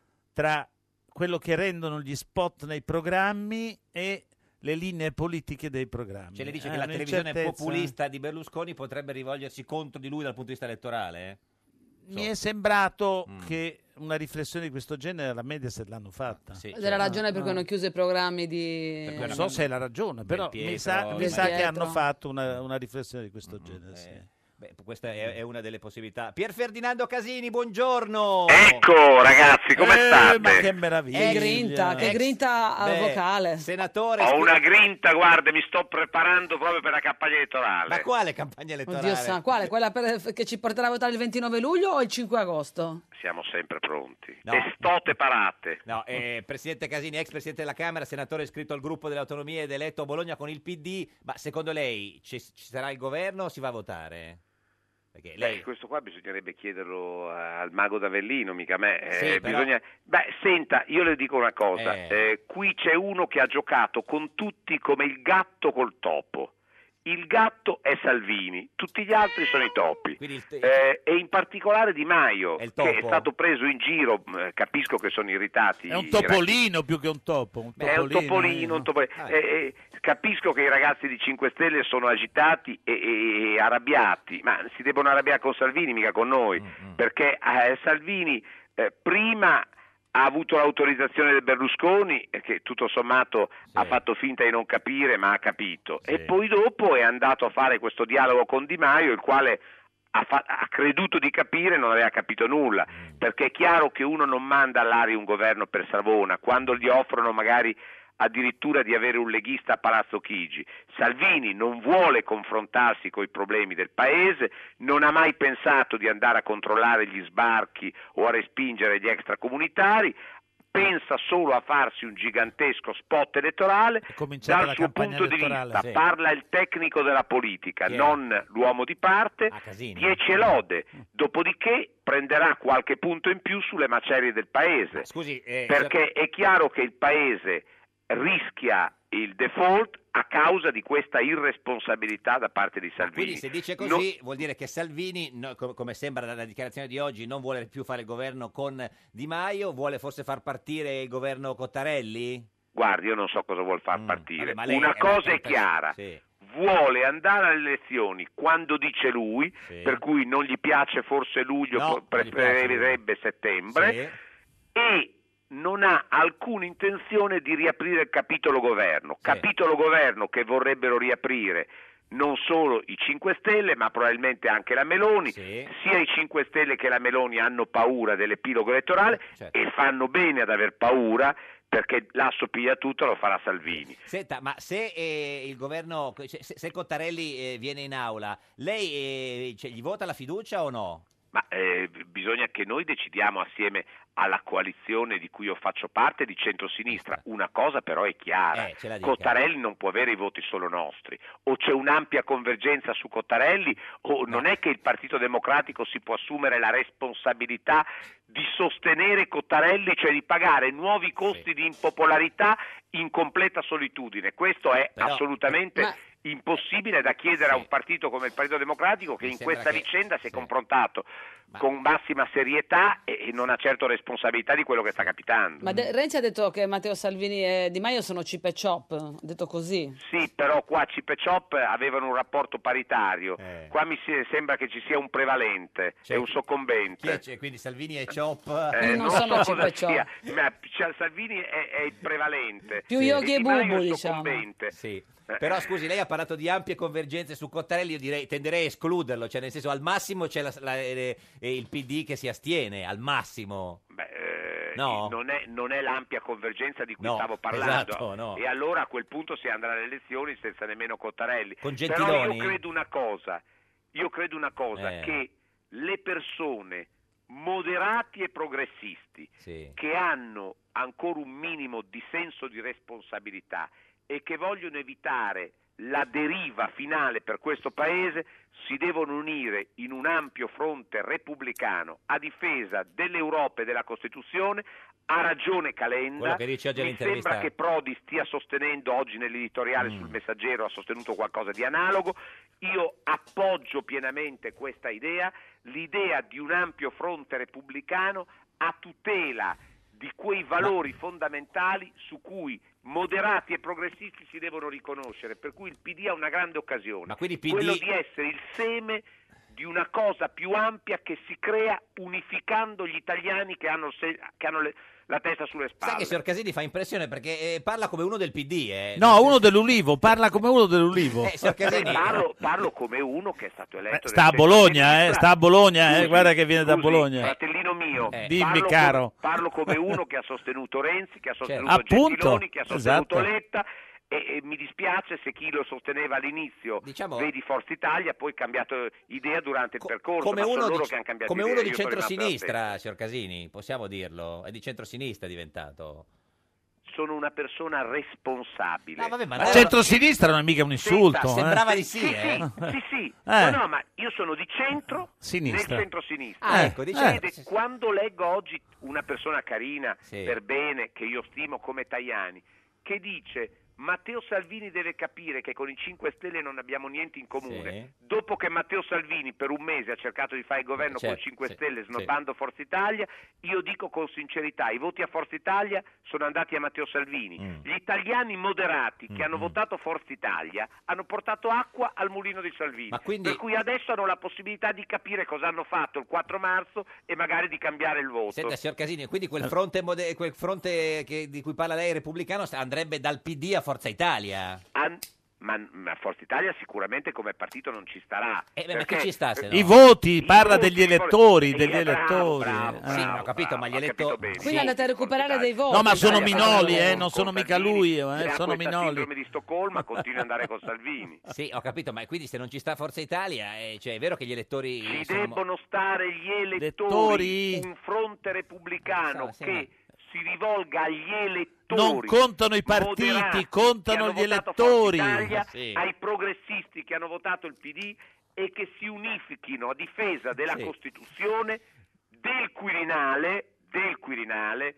Tra quello che rendono gli spot nei programmi e le linee politiche dei programmi. Cioè, le dice Eh, che la televisione un'incertezza. populista di Berlusconi potrebbe rivolgersi contro di lui dal punto di vista elettorale? Mi è sembrato Mm. che una riflessione di questo genere alla Mediaset l'hanno fatta. Sì, Ed è la ragione per cui hanno chiuso i programmi di... Non so se è la ragione, però mi sa, mi Del sa che Pietro. hanno fatto una, una riflessione di questo genere. Sì. Eh, beh, questa è, è una delle possibilità. Pier Ferdinando Casini, buongiorno! Ecco ragazzi, come Eh, state? ma che meraviglia! Che grinta, che Ex- grinta ah, beh, vocale. Senatore... Ho scu- una grinta, guarda, mi sto preparando proprio per la campagna elettorale. Ma quale campagna elettorale? Oddio sa, quale? Quella per- che ci porterà a votare il ventinove luglio o il cinque agosto? Siamo sempre pronti. No. E stote parate. No, eh, Presidente Casini, ex Presidente della Camera, senatore iscritto al gruppo delle autonomie ed eletto a Bologna con il P D, ma secondo lei ci, ci sarà il governo o si va a votare? Perché lei... Beh, questo qua bisognerebbe chiederlo al mago d'Avellino, mica a me. Eh, Sì, però- bisogna... Beh, senta, io le dico una cosa. Eh. Eh, qui c'è uno che ha giocato con tutti come il gatto col topo. Il gatto è Salvini, tutti gli altri sono i topi. Quindi il te- Eh, e in particolare Di Maio, È il che è topo? stato preso in giro, eh, capisco che sono irritati. È un i topolino più che un topo. Un È un topolino, un topolino. Ah. Eh, eh, capisco che i ragazzi di cinque Stelle sono agitati e, e- e arrabbiati, ma si debbono arrabbiare con Salvini, mica con noi, Mm, perché eh, Salvini eh, prima ha avuto l'autorizzazione del Berlusconi, eh, che tutto sommato ha fatto finta di non capire, ma ha capito, Sì. e poi dopo è andato a fare questo dialogo con Di Maio, il quale ha, fa- ha creduto di capire, non aveva capito nulla, Mm. perché è chiaro che uno non manda all'aria un governo per Savona, quando gli offrono magari addirittura di avere un leghista a Palazzo Chigi. Salvini non vuole confrontarsi con i problemi del paese, non ha mai pensato di andare a controllare gli sbarchi o a respingere gli extracomunitari, pensa solo a farsi un gigantesco spot elettorale. cominciata Dal la suo campagna punto di elettorale. vista Sì. parla il tecnico della politica, Chi è? non l'uomo di parte, Casini. dieci lode, dopodiché prenderà qualche punto in più sulle macerie del paese, Scusi, eh, perché è chiaro che il paese rischia il default a causa di questa irresponsabilità da parte di Salvini. Quindi se dice No- così vuol dire che Salvini, no, co- come sembra dalla dichiarazione di oggi, non vuole più fare il governo con Di Maio, vuole forse far partire il governo Cottarelli? Guardi, io non so cosa vuol far partire. Mm. Vabbè, ma lei Una è cosa una- è chiara, Sì. vuole andare alle elezioni quando dice lui, Sì. per cui non gli piace forse luglio, No, po- non gli piace preferirebbe settembre, Sì. e non ha alcuna intenzione di riaprire il capitolo governo, capitolo governo che vorrebbero riaprire non solo i cinque Stelle ma probabilmente anche la Meloni, sia i cinque Stelle che la Meloni hanno paura dell'epilogo elettorale Certo. e fanno bene ad aver paura, perché l'asso piglia tutto lo farà Salvini. Senta, ma se eh, il governo, se, se Cottarelli eh, viene in aula, lei eh, cioè, gli vota la fiducia o no? Ma eh, bisogna che noi decidiamo assieme alla coalizione di cui io faccio parte di centrosinistra. Una cosa però è chiara, Eh, ce la dica. Cottarelli non può avere i voti solo nostri, o c'è un'ampia convergenza su Cottarelli o non è che il Partito Democratico si può assumere la responsabilità di sostenere Cottarelli, cioè di pagare nuovi costi di impopolarità in completa solitudine. Questo è Però- assolutamente ma- impossibile da chiedere a un partito come il Partito Democratico, che Mi in sembra questa che- vicenda si è confrontato con massima serietà e e non ha certo responsabilità di quello che sta capitando. Ma de- Renzi ha detto che Matteo Salvini e Di Maio sono chip e chop, ha detto così. Sì, però qua Cip e Chop avevano un rapporto paritario, qua mi si- sembra che ci sia un prevalente Cioè, e un soccombente. Chi è? Cioè, quindi Salvini e Ciop? Eh, non non sono so Cip cosa e Chop. sia, ma cioè, Salvini è, è il prevalente. Più Yogi e Di Maio Bubu, è il diciamo. soccombente. Sì. Però scusi, lei ha parlato di ampie convergenze su Cottarelli, io direi, tenderei a escluderlo, cioè nel senso al massimo c'è la- la- eh, eh, il P D che si astiene, al massimo. Beh, eh, No? non, è, non è l'ampia convergenza di cui No, stavo parlando, esatto, no. e allora a quel punto si andrà alle elezioni senza nemmeno Cottarelli. Con Però Gentiloni? io credo una cosa, io credo una cosa, Eh. che le persone moderati e progressisti Sì. che hanno ancora un minimo di senso di responsabilità e che vogliono evitare la deriva finale per questo Paese si devono unire in un ampio fronte repubblicano a difesa dell'Europa e della Costituzione. Ha ragione Calenda, Quello che dice oggi mi all'intervista. sembra che Prodi stia sostenendo oggi nell'editoriale Mm. sul Messaggero, ha sostenuto qualcosa di analogo. Io appoggio pienamente questa idea, l'idea di un ampio fronte repubblicano a tutela di quei valori fondamentali su cui moderati e progressisti si devono riconoscere, per cui il P D ha una grande occasione, Ma quindi P D quello di essere il seme di una cosa più ampia che si crea unificando gli italiani che hanno, se- che hanno le- la testa sulle Sai spalle. che signor Casini fa impressione perché eh, parla come uno del P D, eh. No, uno dell'Ulivo, parla come uno dell'Ulivo. Eh, signor Casini, Parlo, parlo come uno che è stato eletto Sta a nel Bologna, eh, centro-sinistra. sta a Bologna, eh, Scusi, guarda che viene da scusi, Bologna. Fratellino mio, Eh. Dimmi, parlo caro. Come, parlo come uno che ha sostenuto Renzi, che ha sostenuto Certo. Appunto, Gentiloni, che ha sostenuto esatto. Letta. E, e mi dispiace se chi lo sosteneva all'inizio, Diciamo- vedi Forza Italia, poi ha cambiato idea durante il percorso, come ma sono uno loro di, che hanno cambiato come idea, uno di io sono rimasto centrosinistra, signor Casini, possiamo dirlo, è di centrosinistra diventato. Sono una persona responsabile. No, vabbè, ma Ma no, centrosinistra non è mica un insulto. Senta, eh. sembrava di sì, Sì, eh. sì, sì, sì. Eh. No, no, ma io sono di centro Sinistra. nel centro-sinistra. Ah, ecco, dice- Vede, eh. quando leggo oggi una persona carina, Sì. per bene, che io stimo come Tajani, che dice Matteo Salvini deve capire che con i cinque Stelle non abbiamo niente in comune. Sì. Dopo che Matteo Salvini per un mese ha cercato di fare il governo Certo, con cinque sì, Stelle sì. snobbando Forza Italia, io dico con sincerità, i voti a Forza Italia sono andati a Matteo Salvini. Mm. Gli italiani moderati che Mm, hanno mm. votato Forza Italia hanno portato acqua al mulino di Salvini, Ma quindi- per cui adesso hanno la possibilità di capire cosa hanno fatto il quattro marzo e magari di cambiare il voto. Senta, signor Casini, quindi Eh. quel fronte, mode- quel fronte che- di cui parla lei repubblicano sta- andrebbe dal P D a Forza Italia? An- ma, ma Forza Italia sicuramente come partito non ci starà. Eh, beh, ma perché- chi ci sta se no? I voti, I parla voti, degli elettori, eh, degli bravo, elettori. bravo, Eh. Sì, bravo, ho capito, ma gli bravo, ho elettori- capito bene. Quindi Sì. andate a recuperare dei voti. No, ma sono Italia minori, parla eh, con- non sono con mica Salvini, lui, eh, se ha sono questa minori. sindrome di Stoccolma continua ad andare con Salvini. Sì, ho capito, ma quindi se non ci sta Forza Italia, eh, cioè, è vero che gli elettori Ci sono mo- debbono stare gli elettori, Elettori? un fronte repubblicano So, sì, che si rivolga agli elettori. Non contano i partiti, moderati contano che gli hanno votato elettori. Forza Italia, Sì. ai progressisti che hanno votato il P D e che si unifichino a difesa della Sì. Costituzione, del Quirinale, del Quirinale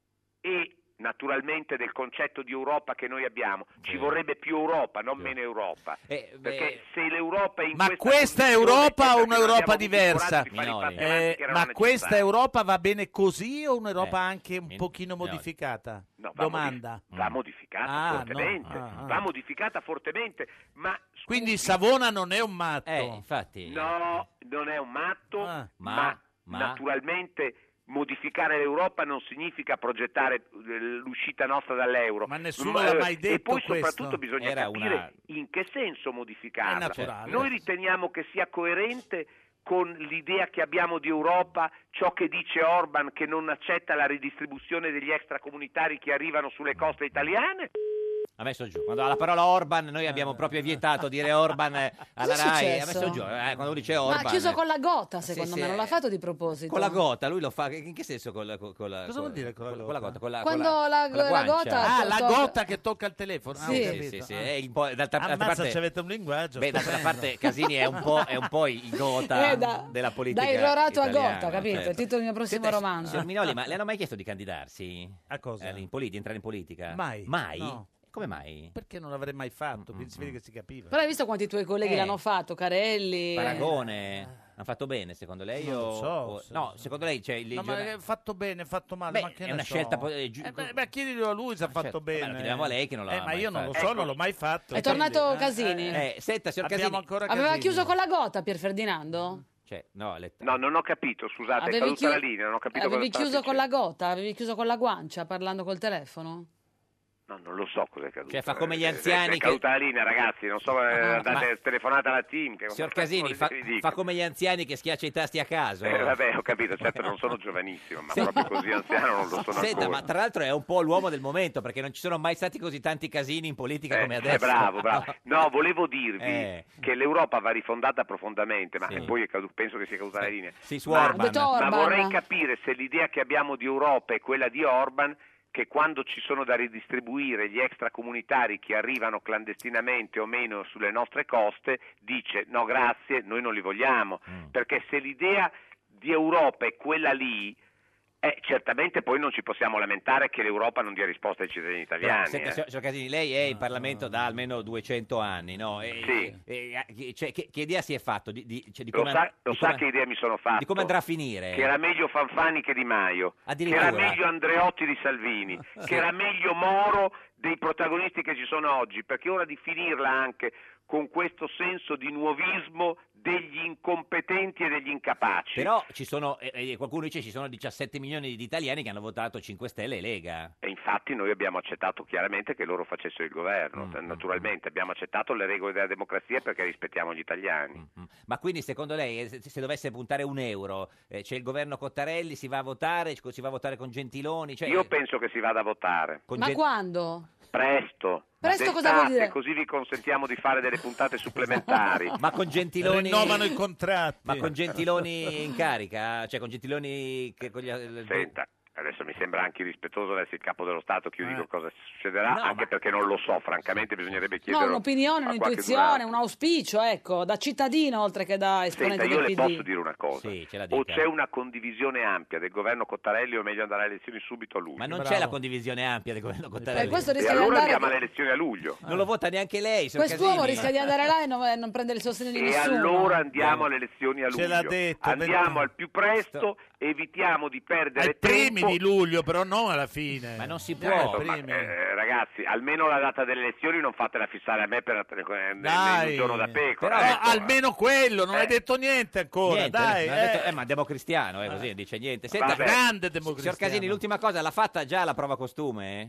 e naturalmente del concetto di Europa che noi abbiamo. Ci vorrebbe più Europa, non meno Europa. Eh, Perché se l'Europa è in Ma questa questa è condizione Europa è o perché non un'Europa abbiamo avuto il diversa? coraggio di fare i passi avanti Eh, che erano ma necessari. questa Europa va bene così o un'Europa Eh, anche un min- pochino no. modificata? No, va Domanda. modif- va modificata Ah, fortemente, no. Ah, ah. va modificata fortemente, ma Quindi Savona non è un matto. Eh, infatti. no, non è un matto, Ah. ma, Ma- ma- naturalmente modificare l'Europa non significa progettare eh, l'uscita nostra dall'euro. Ma nessuno Ma, l'ha eh, mai E detto poi questo. soprattutto bisogna Era capire una- in che senso modificarla. È naturale. Noi riteniamo che sia coerente con l'idea che abbiamo di Europa, ciò che dice Orban, che non accetta la ridistribuzione degli extracomunitari che arrivano sulle coste italiane? Ha messo giù. Quando ha la parola Orban, noi abbiamo proprio vietato dire Orban eh, alla Cosa è Rai. Ha successo? messo giù. Eh, quando dice Ma Orban. ha chiuso con la gota, secondo sì, me, non l'ha eh. fatto di proposito. Con la gota, lui lo fa. In che senso con la, con con la- Cosa con- vuol dire con la con la gota? Con la, Quando con la- con la la guancia. gota- Ah, la tocca- gota che tocca il telefono. Ah, Sì. ho Sì, capito. sì, sì, Ah. è un po', d'altra, d'altra Ammazza, parte, c'avete un linguaggio. beh, d'altra stupendo. parte Casini è un po', è un po' il gota Eh, da- della politica dai Rorato a italiana, Gota, capito? certo. Il titolo del mio prossimo Senta, romanzo. Signor Minoli, ma le hanno mai chiesto di candidarsi? A cosa? Eh, in poli- di entrare in politica? Mai. Mai? No. Come mai? Perché non l'avrei mai fatto? Quindi si vede che si capiva. Però hai visto quanti tuoi colleghi Eh. l'hanno fatto? Carelli? Paragone? Hanno fatto bene secondo lei? Non lo o- so, o- se- no, secondo lei c'è il No, ma giornale- è fatto bene, fatto male, Beh, ma che è ne una so. scelta po- eh, giu- Eh, beh, beh, chiedilo a lui se ha fatto certo. Vabbè, bene. lo chiediamo a lei che non l'ha Eh, ma mai io non lo fatto. so, non l'ho mai fatto. È tornato Quindi, eh, Casini? Eh, senta, signor Abbiamo Casini. ancora Aveva Casini. chiuso con la gota Pier Ferdinando? Cioè, no, le- No, non ho capito, scusate, è Avevi caduta chiu- la linea, non ho capito Avevi cosa stava chiuso con la dicendo. gota? Avevi chiuso con la guancia parlando col telefono? No, non lo so cosa è caduto. Cioè, fa come gli Eh, anziani È caduta che- la linea, ragazzi, non so, eh, Ah, andate ma- telefonate alla team. Che Signor cosa Casini, volete fa, che vi dica? fa come gli anziani che schiaccia i tasti a caso. Eh, vabbè, ho capito, certo non sono giovanissimo, ma Sì. proprio così anziano non lo sono Senta, ancora. ma tra l'altro è un po' l'uomo del momento, perché non ci sono mai stati così tanti casini in politica Eh, come eh, adesso. bravo, bravo. No, volevo dirvi Eh. che l'Europa va rifondata profondamente, ma Sì. poi è cadu- penso che sia caduta la linea. Sì, su ma, Orban. Ha detto ma Orban. vorrei capire se l'idea che abbiamo di Europa è quella di Orban, che quando ci sono da ridistribuire gli extracomunitari che arrivano clandestinamente o meno sulle nostre coste, dice no grazie, noi non li vogliamo, Mm. perché se l'idea di Europa è quella lì, eh, certamente poi non ci possiamo lamentare che l'Europa non dia risposta ai cittadini Però, italiani. senta, eh. signor signor Casini, lei è in Parlamento da almeno duecento anni, no? E- Sì. e- e- cioè, che, che idea si è fatto di, di- cioè, di Lo come, sa, lo di sa come- che idea mi sono fatto? di come andrà a finire? Che era meglio Fanfani che Di Maio, che Addirittura? era meglio Andreotti di Salvini, che era meglio Moro dei protagonisti che ci sono oggi, perché è ora di finirla anche con questo senso di nuovismo degli incompetenti e degli incapaci. Però ci sono, eh, eh, qualcuno dice ci sono diciassette milioni di italiani che hanno votato cinque Stelle e Lega. E infatti noi abbiamo accettato chiaramente che loro facessero il governo, Mm, naturalmente abbiamo accettato le regole della democrazia perché rispettiamo gli italiani. Ma quindi secondo lei, eh, se, se dovesse puntare un euro, eh, c'è il governo Cottarelli, si va a votare, ci- si va a votare con Gentiloni? Cioè, Io penso che si vada a votare. con Ma Gen- quando? Presto. Presto cosa d'estate, vuol dire? Così vi consentiamo di fare delle puntate supplementari. Ma con Gentiloni Rinnovano i contratti. Ma con Gentiloni in carica? Cioè con Gentiloni che con gli Senta, adesso mi sembra anche irrispettoso verso il capo dello Stato che io Eh. dico cosa succederà, No, anche ma- perché non lo so, francamente bisognerebbe No, chiederlo. un'opinione, a qualche un'intuizione, altro. un auspicio, ecco, da cittadino oltre che da esponente Senta, io del le P D. posso dire una cosa. Sì, ce la O dica. c'è una condivisione ampia del governo Cottarelli o è meglio andare alle elezioni subito a luglio. Ma non Bravo. c'è la condivisione ampia del governo Cottarelli. Eh, questo E rischia di allora andare... andiamo alle elezioni a luglio. Non lo vota neanche lei, signor Quest'uomo Casini. rischia di andare là e non, e non prendere il sostegno di E nessuno. allora andiamo alle elezioni a Ce luglio. l'ha detto, Andiamo venti- al più presto, evitiamo di perdere Ai primi tempo. di luglio, però non alla fine. Ma non si Andiamo può. ai Ma, primi. eh, ragazzi, almeno la data delle elezioni non fatela fissare a me per eh, nel- Dai. nel giorno da pecora. Però- Eh, ecco. almeno quello, non Eh. hai detto niente ancora. Niente, Dai, non ha detto- eh. eh, ma democristiano, eh, così non dice niente. Senta, Vabbè. grande signor democristiano. Casini, l'ultima cosa, l'ha fatta già la prova costume?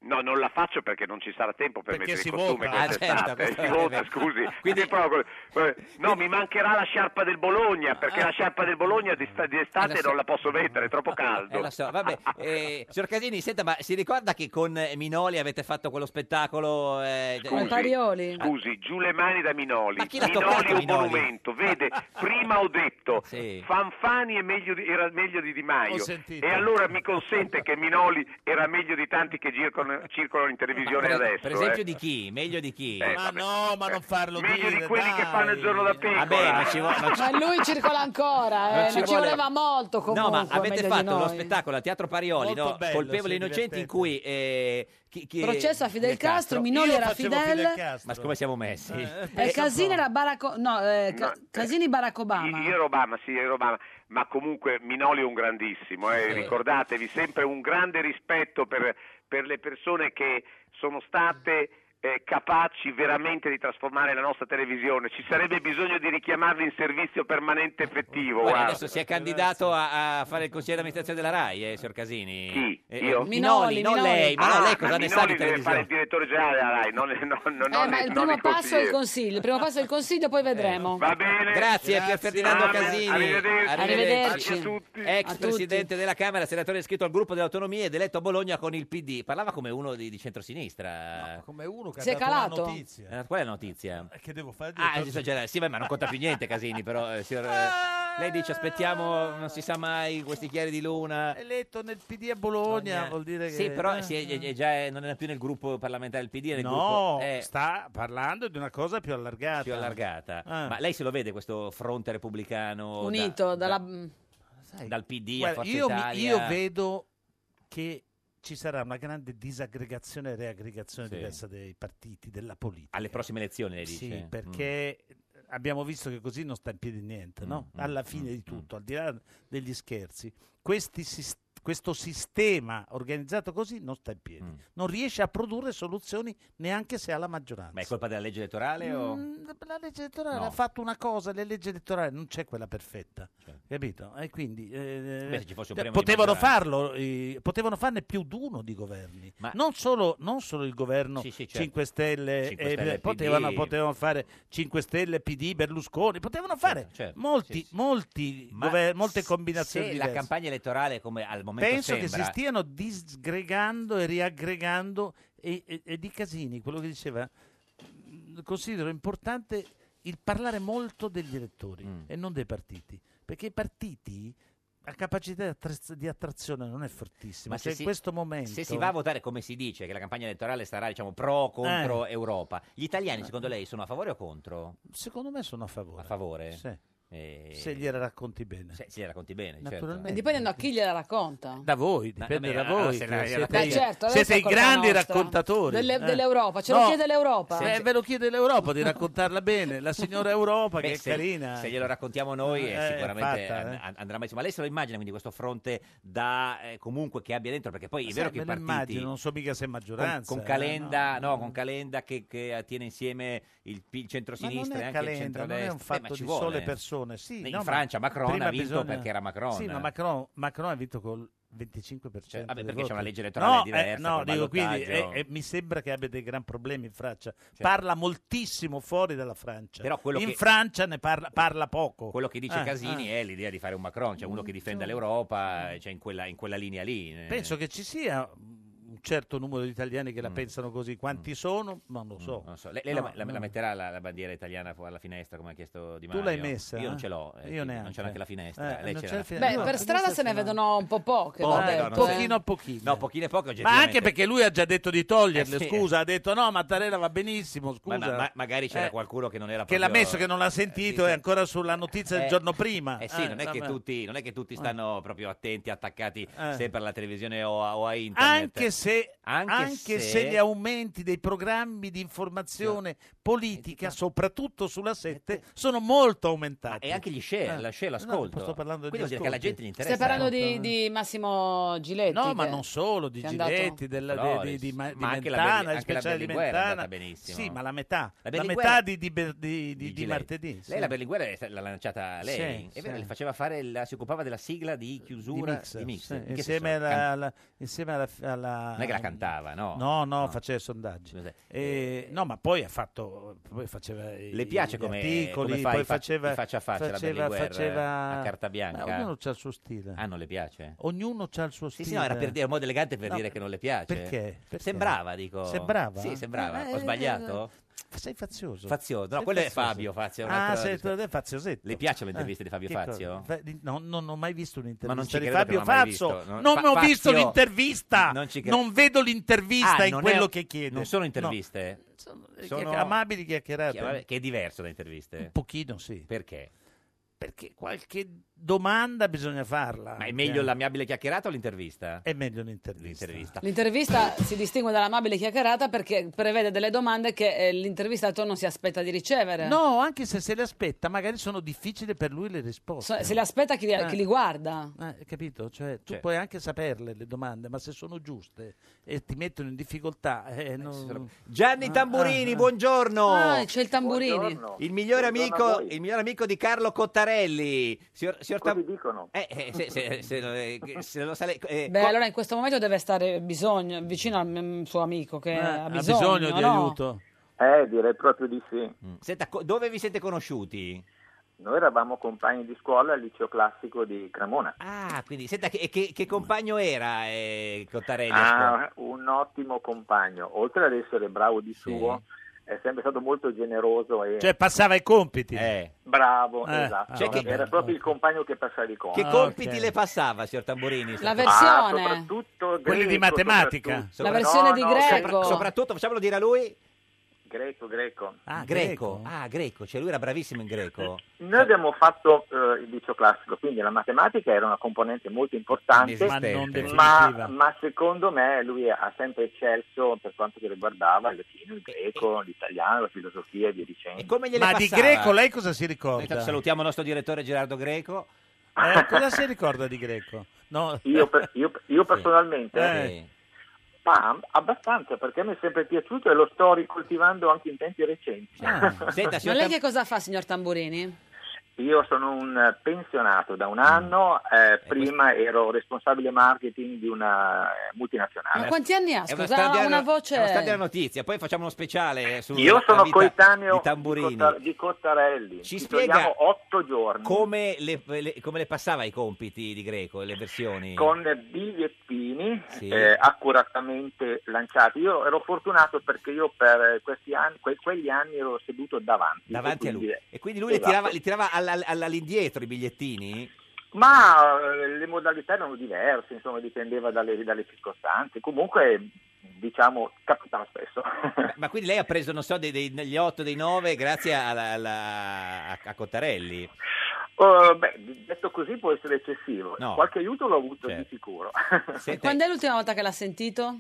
No, non la faccio perché non ci sarà tempo per Perché mettere si il costume vota. quest'estate. Ah, certo, si vota, scusi. Quindi proprio, eh, no, mi mancherà la sciarpa del Bologna, perché la sciarpa del Bologna di, sta- di estate Eh, lo so. non la posso mettere, è troppo caldo. Eh, lo so, vabbè. Eh, signor Casini, senta, ma si ricorda che con eh, Minoli avete fatto quello spettacolo? eh, Come Parioli. Scusi, giù le mani da Minoli. Ma chi l'ha Minoli toccato, è un Minoli? monumento, vede, prima ho detto Sì. Fanfani è meglio di- era meglio di Di Ho Maio sentito. e allora mi consente che Minoli era meglio di tanti che circolano, circolano in televisione per, adesso. per esempio eh. di chi? Meglio di chi? Eh, Ma vabbè. no, ma non farlo Meglio dire, di quelli dai. che fanno il giorno da pecora. Vabbè, non ci vuole... non ci- Ma lui circola ancora, eh, Non non ci ci, vuole- voleva molto comunque. No, ma avete meglio di fatto lo noi. spettacolo al Teatro Parioli, Molto no? bello, Colpevoli sì, innocenti, in divertente. cui eh, chi, chi- Processo a Fidel Castro, Minoli Io era facevo Fidel, Fidel Castro. Ma come siamo messi? e Casini era Barack, O- no, eh, Ca- No, Casini Barack Obama. Io ero Obama, sì, ero Obama, ma comunque Minoli è un grandissimo, eh, Sì. ricordatevi, sempre un grande rispetto per, per le persone che sono state eh, capaci veramente di trasformare la nostra televisione. Ci sarebbe bisogno di richiamarli in servizio permanente effettivo. Guarda, guarda. adesso si è candidato a, a fare il consiglio di amministrazione della RAI, eh, signor Casini. Chi? Eh, Io? Minoli, Minoli, non Minoli. lei, ma no, Ah, lei cosa ma ne sa di Minoli deve fare televisione? il direttore generale della RAI, non, non, non, Eh, non ma il- il non primo il passo è il consigliere. consiglio, il primo passo è il consiglio, poi vedremo. Va bene. Grazie, Pier Ferdinando Amen. Casini. Arrivederci. Arrivederci. A tutti. Ex A tutti. presidente della Camera, senatore iscritto al gruppo delle autonomie ed eletto a Bologna con il P D. Parlava come uno di, di centrosinistra. Come uno che Si è ha dato una calato? notizia. Eh, qual è la notizia? Eh, Che devo fare? Ah, giusto, cioè, sì, beh, ma non conta più niente, Casini, però. eh, signor, eh, lei dice aspettiamo, non si sa mai, questi chiari di luna. Eletto nel P D a Bologna, vuol dire che... Sì, però eh. si è, è- è già, non è più nel gruppo parlamentare del P D, è nel No, gruppo eh, sta parlando di una cosa più allargata. più allargata. Ah. Ma lei se lo vede questo fronte repubblicano Unito da- dalla... da- dal P D a Guarda, Forza io, mi- Italia? io vedo che ci sarà una grande disaggregazione e reaggregazione Sì. diversa dei partiti, della politica. Alle prossime elezioni, lei dice? Sì, perché abbiamo visto che così non sta in piedi niente, no? Mm, mm, Alla fine di tutto, al di là degli scherzi, questi sis- questo sistema organizzato così non sta in piedi, Mm. non riesce a produrre soluzioni neanche se ha la maggioranza. Ma è colpa della legge elettorale o... Mm, la legge elettorale No. ha fatto una cosa, le leggi elettorali non c'è quella perfetta, Certo. capito? E quindi eh, Beh, se ci fosse un eh, premio di potevano maggioranza. farlo, eh, potevano farne più di uno di governi, Ma- non, solo, non solo il governo Sì, sì, certo. cinque Stelle, cinque eh, Stelle, potevano, P D. potevano fare cinque Stelle, P D, Berlusconi, potevano fare certo, molti, sì, sì. molti Ma gover- molte s- combinazioni se diverse. la campagna elettorale, come al momento Penso che sembra... si stiano disgregando e riaggregando e, e- e di Casini, quello che diceva, mh, considero importante il parlare molto degli elettori Mm. e non dei partiti, perché i partiti la capacità di, attra- di attrazione non è fortissima, Ma cioè se si, in questo momento se si va a votare come si dice, che la campagna elettorale sarà diciamo pro contro Eh. Europa, gli italiani secondo lei sono a favore o contro? secondo me sono a favore. A favore? Sì. Eh, Se gliela racconti bene. Se, se la racconti bene, Naturalmente. E dipende da chi gliela racconta. Da voi, dipende vabbè, da voi. allora se che la- siete Beh, i- certo, adesso siete è i colpa grandi nostra. raccontatori. Delle- eh. dell'Europa, ce lo chiede l'Europa. Eh, ve lo chiede l'Europa di raccontarla bene. La signora Europa Beh, che è se, carina. se glielo raccontiamo noi Eh, eh, è sicuramente fatta, an- eh. an- andrà meglio. Ma lei se lo immagina quindi questo fronte da eh, comunque che abbia dentro? Perché poi è Ma vero sai, che i me lo partiti immagino, non so mica se è con, maggioranza. con eh, Calenda, no, no, con Calenda che, che tiene insieme il, P- il Ma centrosinistra non e è anche il Calenda, non centrodestra. è un Beh, fatto ma ci di vuole. sole persone. Sì, In no, ma Francia Macron prima ha vinto bisogna- perché era Macron. Sì, ma Macron, Macron ha vinto col venticinque per cento. Cioè, vabbè, dei perché c'è voti. una legge elettorale no, diversa, eh, no, col dico, quindi ballottaggio. eh, eh, mi sembra che abbia dei gran problemi in Francia. Certo. Parla moltissimo fuori dalla Francia. Però quello in che- Francia ne parla, parla poco. Quello che dice Eh, Casini eh. è l'idea di fare un Macron, cioè uno che difenda l'Europa, cioè in quella, in quella linea lì. eh. Penso che ci sia un certo numero di italiani che la Mm. pensano così. Quanti sono? Non lo so. Non so. Lei, lei No, la, la- no. la metterà la, la bandiera italiana fu- alla finestra come ha chiesto Di Tu Maio? l'hai messa? Io non eh? ce l'ho, eh, Io quindi neanche. non c'è neanche la finestra. Eh, Lei non ce c'è l'ha? la Beh, finestra. No, per strada se ne vedono un po' poche. Poche, vabbè. no, non Po- so- Pochino a pochino. No, pochine poche Ma oggettivamente. anche perché lui ha già detto di toglierle, Eh, sì. scusa, ha detto no, Mattarella va benissimo, scusa. Ma- ma- ma- magari c'era Eh, qualcuno che non era che l'ha proprio- messo, che non l'ha sentito, eh, è ancora sulla notizia del Eh, giorno prima. Eh sì, non, è che insomma. tutti, non è che tutti stanno proprio attenti, attaccati Eh. sempre alla televisione o a, o a internet. Anche se, Anche anche se- se gli aumenti dei programmi di informazione politica, soprattutto sulla sette, sono molto aumentati. E anche gli share, Eh. la share, No, l'ascolto. sto parlando Quindi di vuol dire che alla ascolti. gente gli interessa. Stai parlando di, Eh. di Massimo Giletti. No, ma che- non solo, di che è andato- Giletti, della, di, Floris. di, di, Ma- di Ma anche la Mentana, Berli- di anche la speciale di Berlinguer è andata Mentana. benissimo. Sì, ma la metà, La la, Berlinguer- metà di, di, Ber- di, di, di Giletti. martedì. Lei sì. la Berlinguer è- l'ha lanciata lei. Sì, è vero, sì. le faceva fare la- si occupava della sigla di Di chiusura mix, di mix. sì, In che insieme, senso? alla, Can- alla- insieme alla, alla- Non è che la cantava, presentava, no? No, no, faceva sondaggi. E, no, ma poi ha fatto, poi faceva Le piace gli come, articoli, come fa poi in fa- faceva, in faccia a faccia faceva, la Berlinguer faceva- a carta bianca? Ma ognuno c'ha il suo stile. Ah, non le piace? Ognuno c'ha il suo Sì, stile. sì, no, era per dire, un modo elegante per No, dire che non le piace. Perché? Perché? Sembrava, dico. Sembrava? Sì, sembrava. Eh, Ho sbagliato? Sei fazioso. Fazioso. No, Sei quello fazioso. è Fabio Fazio. è un Ah, altro- sei tu è Faziosetto. Le piacciono le interviste Eh, di Fabio che Fazio? cosa? Fa- di- No, non ho mai visto Ma non un'intervista ci di credo che Fabio non l'hai Fazio. visto. Non- Non Fa- ho visto Fazio- l'intervista. Non ci Non, credo. vedo l'intervista Ah, in non quello è- che chiede. Non sono No. interviste? Sono amabili chiacchierate. Chiamare- Che è diverso da interviste? Un pochino, sì. Perché? Perché qualche domanda bisogna farla. Ma è anche, meglio eh. l'amabile chiacchierata o l'intervista? È meglio l'intervista. L'intervista. L'intervista si distingue dall'amabile chiacchierata perché prevede delle domande che eh, l'intervistato non si aspetta di ricevere. No, anche se se le aspetta, magari sono difficili per lui le risposte. So- se le aspetta chi li, Eh. chi li guarda. Eh, capito? Cioè, tu Cioè. puoi anche saperle le domande, ma se sono giuste e ti mettono in difficoltà. eh, non- Gianni Ah, Tamburini, ah, ah. buongiorno. Ah, c'è il Tamburini. Buongiorno. Il migliore, Buongiorno a amico, voi. il miglior amico di Carlo Cottarelli. Signor, signor Così Tam- dicono. Eh, eh, se, se- se lo- eh, se lo sa lei- eh, Beh, co- allora in questo momento deve stare bisogno, vicino al mm, suo amico che Eh, ha ha bisogno, bisogno di no? aiuto. Eh, direi proprio di sì. Mm. Senta, co- dove vi siete conosciuti? Noi eravamo compagni di scuola al liceo classico di Cremona. Ah, quindi senta, che, che- che compagno era eh, Cottarelli? Ah, un ottimo compagno. Oltre ad essere bravo di suo, è sempre stato molto generoso e Cioè, passava i compiti. Eh. bravo. Eh, esatto. ah, Cioè che- Era proprio il compagno che passava i compiti. Che Ah, compiti ok. le passava, signor Tamburini? La Ah, versione, soprattutto Quelli di greco, matematica. soprattutto. la versione No, di no, greco. Sopra- soprattutto, facciamolo dire a lui, Greco, greco. Ah, greco. Ah, greco, cioè lui era bravissimo in greco. Noi abbiamo fatto eh, il liceo classico, quindi la matematica era una componente molto importante, Ma non definitiva. ma, ma secondo me lui ha sempre eccelso per quanto che riguardava il latino, il greco, l'italiano, la filosofia e via E dicendo. come gliele Ma di passava? Greco lei cosa si Noi ricorda? salutiamo il nostro direttore Gerardo Greco. Eh, cosa si ricorda di Greco? No. Io, per- io- io personalmente, Eh. Sì. ma abbastanza, perché mi è sempre piaciuto e lo sto ricoltivando anche in tempi recenti. Ah, senta, Ma signor lei Tam- che cosa fa, signor Tamburini? Io sono un pensionato da un anno, eh, prima ero responsabile marketing di una eh, multinazionale. Ma quanti anni ha? È una Scusa, straordinaria- ha una voce... è una straordinaria notizia. Poi facciamo uno speciale su Io sono vita coetaneo di Tamburini. di, Cotta- di Cottarelli. Ci Ci spiega troviamo otto giorni Come le, le- come le passava i compiti di Greco, le versioni? con bigliettini Sì. eh, accuratamente lanciati. Io ero fortunato perché io per questi anni, que- quegli anni ero seduto davanti. Davanti e a lui. quindi- E quindi lui li Esatto. tirava, li tirava alla- alla- all'indietro i bigliettini? Ma eh, le modalità erano diverse, insomma, dipendeva dalle, dalle circostanze. Comunque, diciamo, capitava spesso. Ma quindi lei ha preso, non so, dei- dei- degli otto, dei nove grazie alla- alla- a, a Cottarelli? Uh, beh, detto così può essere eccessivo. No. Qualche aiuto l'ho avuto Certo. di sicuro. Senta, Quando è l'ultima volta che l'ha sentito?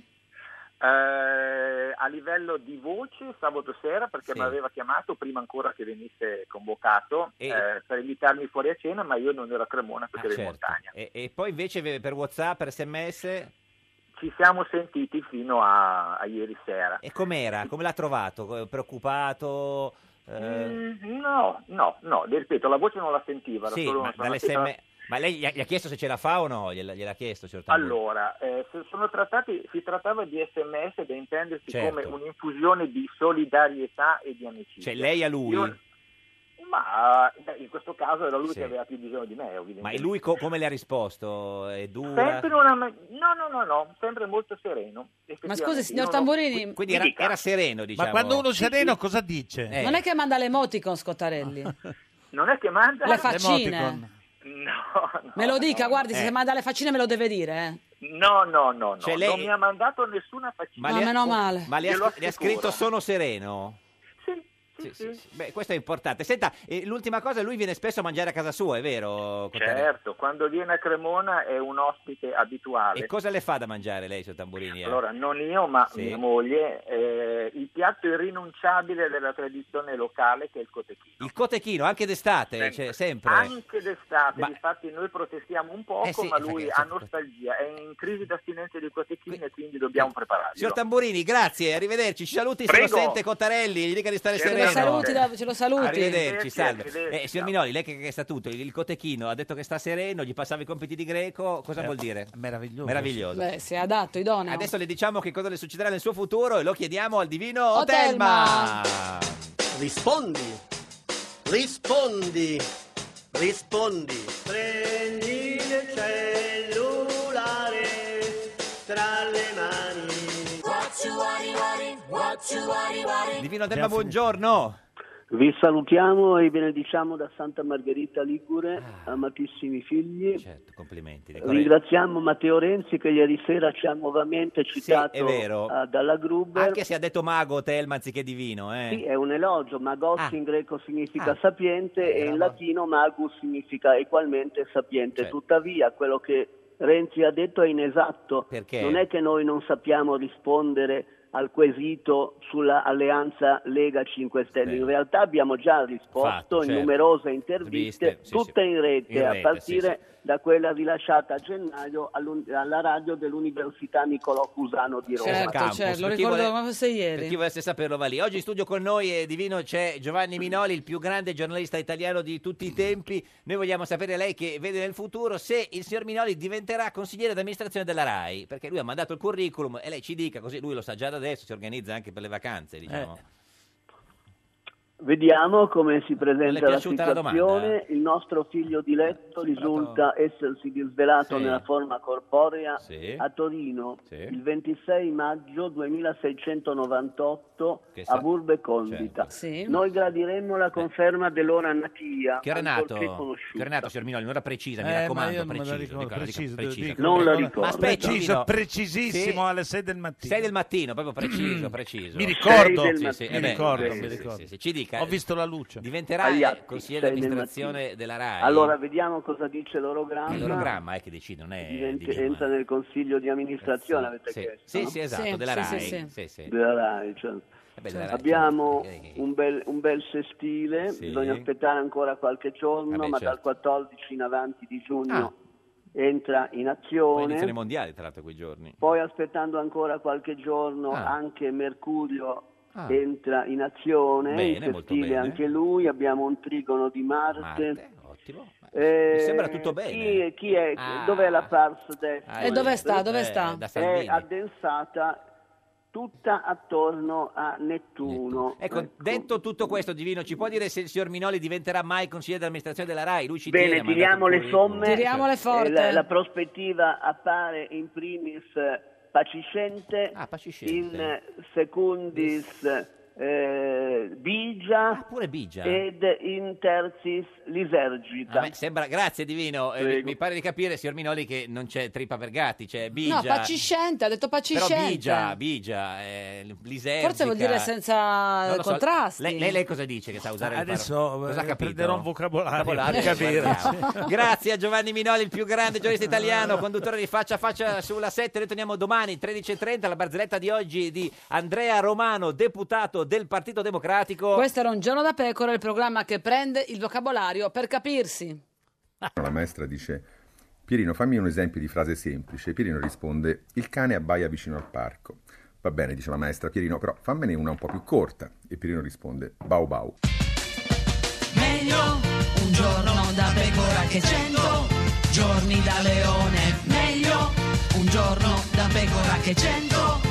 Eh, a livello di voce sabato sera, perché Sì. mi aveva chiamato prima ancora che venisse convocato E- eh, per invitarmi fuori a cena, ma io non ero a Cremona perché ah, ero in certo. montagna. E, e poi invece per WhatsApp, per sms? Ci siamo sentiti fino a, a ieri sera. E com'era? Come l'ha trovato? Preoccupato? Eh, Mm, no, no, no, le ripeto, la voce non la sentiva. era sì, solo ma, una- dalle era- sms ma lei gli ha, gli ha chiesto se ce la fa o no? Gliela- gliel'ha chiesto, signor Tamburini? Allora, eh, se sono trattati, si trattava di sms da intendersi Certo. come un'infusione di solidarietà e di amicizia. Cioè lei a lui? Io- ma beh, in questo caso era lui Sì. che aveva più bisogno di me, ovviamente. Ma e lui co- come le ha risposto? È dura? Sempre una... No, no, no, no, sempre molto sereno. Ma scusi, effettivamente. signor Io non ho- Tamburini, Quindi era, era sereno, diciamo. Ma quando uno è Sì, sereno sì. cosa dice? Eh. non è che manda le emoticon Scottarelli? Non è che manda... Le faccine? L'emoticon. No, no, Me lo dica, no, guardi, Eh. se manda le faccine me lo deve dire. Eh. No, no, no, no. Cioè, lei- non mi ha mandato nessuna faccina. Ma le ha- meno male. Ma le ha, Glielo scr- le ha assicuro. scritto sono sereno? Sì, sì, Sì, sì. sì, sì. Beh, questo è importante. Senta, eh, l'ultima cosa, lui viene spesso a mangiare a casa sua, è vero? Cottarelli? Certo, quando viene a Cremona è un ospite abituale. E cosa le fa da mangiare lei, signor Tamburini? eh? Allora, non io, ma Sì. mia moglie, eh, il piatto irrinunciabile della tradizione locale che è il cotechino. Il cotechino, anche d'estate, Sempre. cioè, sempre. Anche d'estate, Ma- infatti noi protestiamo un poco, Eh sì, ma perché lui c'è- ha nostalgia, è in crisi d'astinenza di cotechino e quindi dobbiamo prepararlo. Signor Tamburini, grazie, arrivederci. Ci saluti se Prego. lo sente Cottarelli, gli dica di stare Certo. sereno. saluti, da- ce lo saluti. Arrivederci, salve. arrivederci, Eh, signor Minoli, lei che, che sa tutto, il, il cotechino ha detto che sta sereno, gli passava i compiti di greco, cosa Eh, vuol dire? Meraviglioso. Meraviglioso. Beh, si è adatto, idoneo. Adesso le diciamo che cosa le succederà nel suo futuro e lo chiediamo al divino Otelma. Otelma. Rispondi, rispondi, rispondi. Prendi il cellulare tra le mani. Divino Otelma, buongiorno. Vi salutiamo e benediciamo da Santa Margherita Ligure, amatissimi figli. Certo, complimenti. Ringraziamo Matteo Renzi che ieri sera ci ha nuovamente citato è vero. eh, dalla Gruber. Anche se ha detto mago Otelma anziché divino, eh. Sì, è un elogio. Magos Ah. in greco significa Ah. sapiente e in latino magus significa egualmente sapiente. Tuttavia, quello che Renzi ha detto è inesatto. Perché? Non è che noi non sappiamo rispondere al quesito sulla alleanza Lega cinque Stelle. In realtà abbiamo già risposto Fatto, in certo. numerose interviste, Viste, sì, tutte sì. in rete, In a rete, partire sì, da quella rilasciata a gennaio all'un- alla radio dell'Università Niccolò Cusano di Roma. Certo, Campus. certo, lo Per chi ricordo vuole- come fosse Per ieri. chi volesse saperlo va lì. Oggi in studio con noi è divino c'è Giovanni Minoli, il più grande giornalista italiano di tutti i tempi. Noi vogliamo sapere lei che vede nel futuro se il signor Minoli diventerà consigliere d'amministrazione della RAI, perché lui ha mandato il curriculum e lei ci dica, così lui lo sa già da adesso, si organizza anche per le vacanze, diciamo. Vediamo come si Non le è presenta la piaciuta la situazione. domanda? Il nostro figlio diletto risulta essersi disvelato Sì. nella forma corporea Sì. a Torino Sì. il ventisei maggio duemilaseicentonovantotto Che a sa- Burbe Condita. Certo. Noi gradiremmo la conferma dell'ora natia, Che ora è nato? ancorché Che conosciuta. ora è nato, signor Minoli? Un'ora precisa, mi Eh, ma raccomando, io non me la preciso. ricordo, dica- dica- preciso, preciso. dico. Non la Ma ricordo. aspetti, Preciso, Divino. precisissimo Sì. alle sei del mattino. sei del mattino, proprio preciso, preciso. Mi ricordo, Sì, sì, mi sì, eh beh, ricordo, sì, mi sì, ricordo. sì, sì. Ci dica. Ho visto la luce. Diventerà Agli eh, atti, consigliere sei del d'amministrazione mattino. della RAI? Allora vediamo cosa dice l'orogramma. È l'orogramma è che decide, non è Diventi- divino, entra nel consiglio di amministrazione, avete Sì, chiesto, sì, no? sì, esatto, Sì, della sì, RAI. sì, Sì, sì. Della RAI, certo. Eh beh, della RAI, Abbiamo certo. un bel, un bel sestile, Sì. bisogna aspettare ancora qualche giorno, Vabbè, ma certo. dal quattordici in avanti di giugno Ah. entra in Poi azione. iniziano i mondiali, tra l'altro, quei giorni. Poi aspettando ancora qualche giorno Ah. anche Mercurio Ah. entra in azione, Bene, in molto sestile bene. anche lui, abbiamo un trigono di Marte. Marte, ottimo. Eh, Mi sembra tutto bene. Chi, chi è? Ah. Dov'è la Pars Death? Ah, E dove sta? Dove eh, sta? da È Salvini. addensata tutta attorno a Nettuno. Ecco, detto tutto questo, Divino, ci può dire se il signor Minoli diventerà mai consigliere d'amministrazione della RAI? Lui ci Bene, tiene, ha mandato tiriamo il le curriculum. somme. Tiriamole forte. Eh, La, la prospettiva appare in primis eh, paciscente, Ah, paciscente. in eh, secundis eh, bigia Ah, pure Bigia. ed in tercis lisergita. A me sembra, grazie Divino, Eh, mi, Prego. mi pare di capire, signor Minoli, che non c'è trippa per gatti, c'è Bigia. No, paciscente, ha detto Però paciscente. Bigia, Bigia, eh, lisergica. Forse vuol dire senza Non lo so. contrasti. Lei, lei, lei cosa dice che sa usare Adesso, il paro- Cosa ha eh, capito? prenderò un vocabolario Vocabolario, per capire. guardiamo. Grazie a Giovanni Minoli, il più grande giornalista italiano, conduttore di Faccia a Faccia sulla sette. Noi torniamo domani tredici e trenta. La barzelletta di oggi è di Andrea Romano, deputato del Partito Democratico. Questo era Un giorno da pecora, il programma che prende il vocabolario per capirsi. La maestra dice: Pierino, fammi un esempio di frase semplice. Pierino risponde: il cane abbaia vicino al parco. Va bene, dice la maestra. Pierino, però fammene una un po' più corta. E Pierino risponde: bau bau. Meglio un giorno da pecora che cento giorni da leone. Meglio un giorno da pecora che cento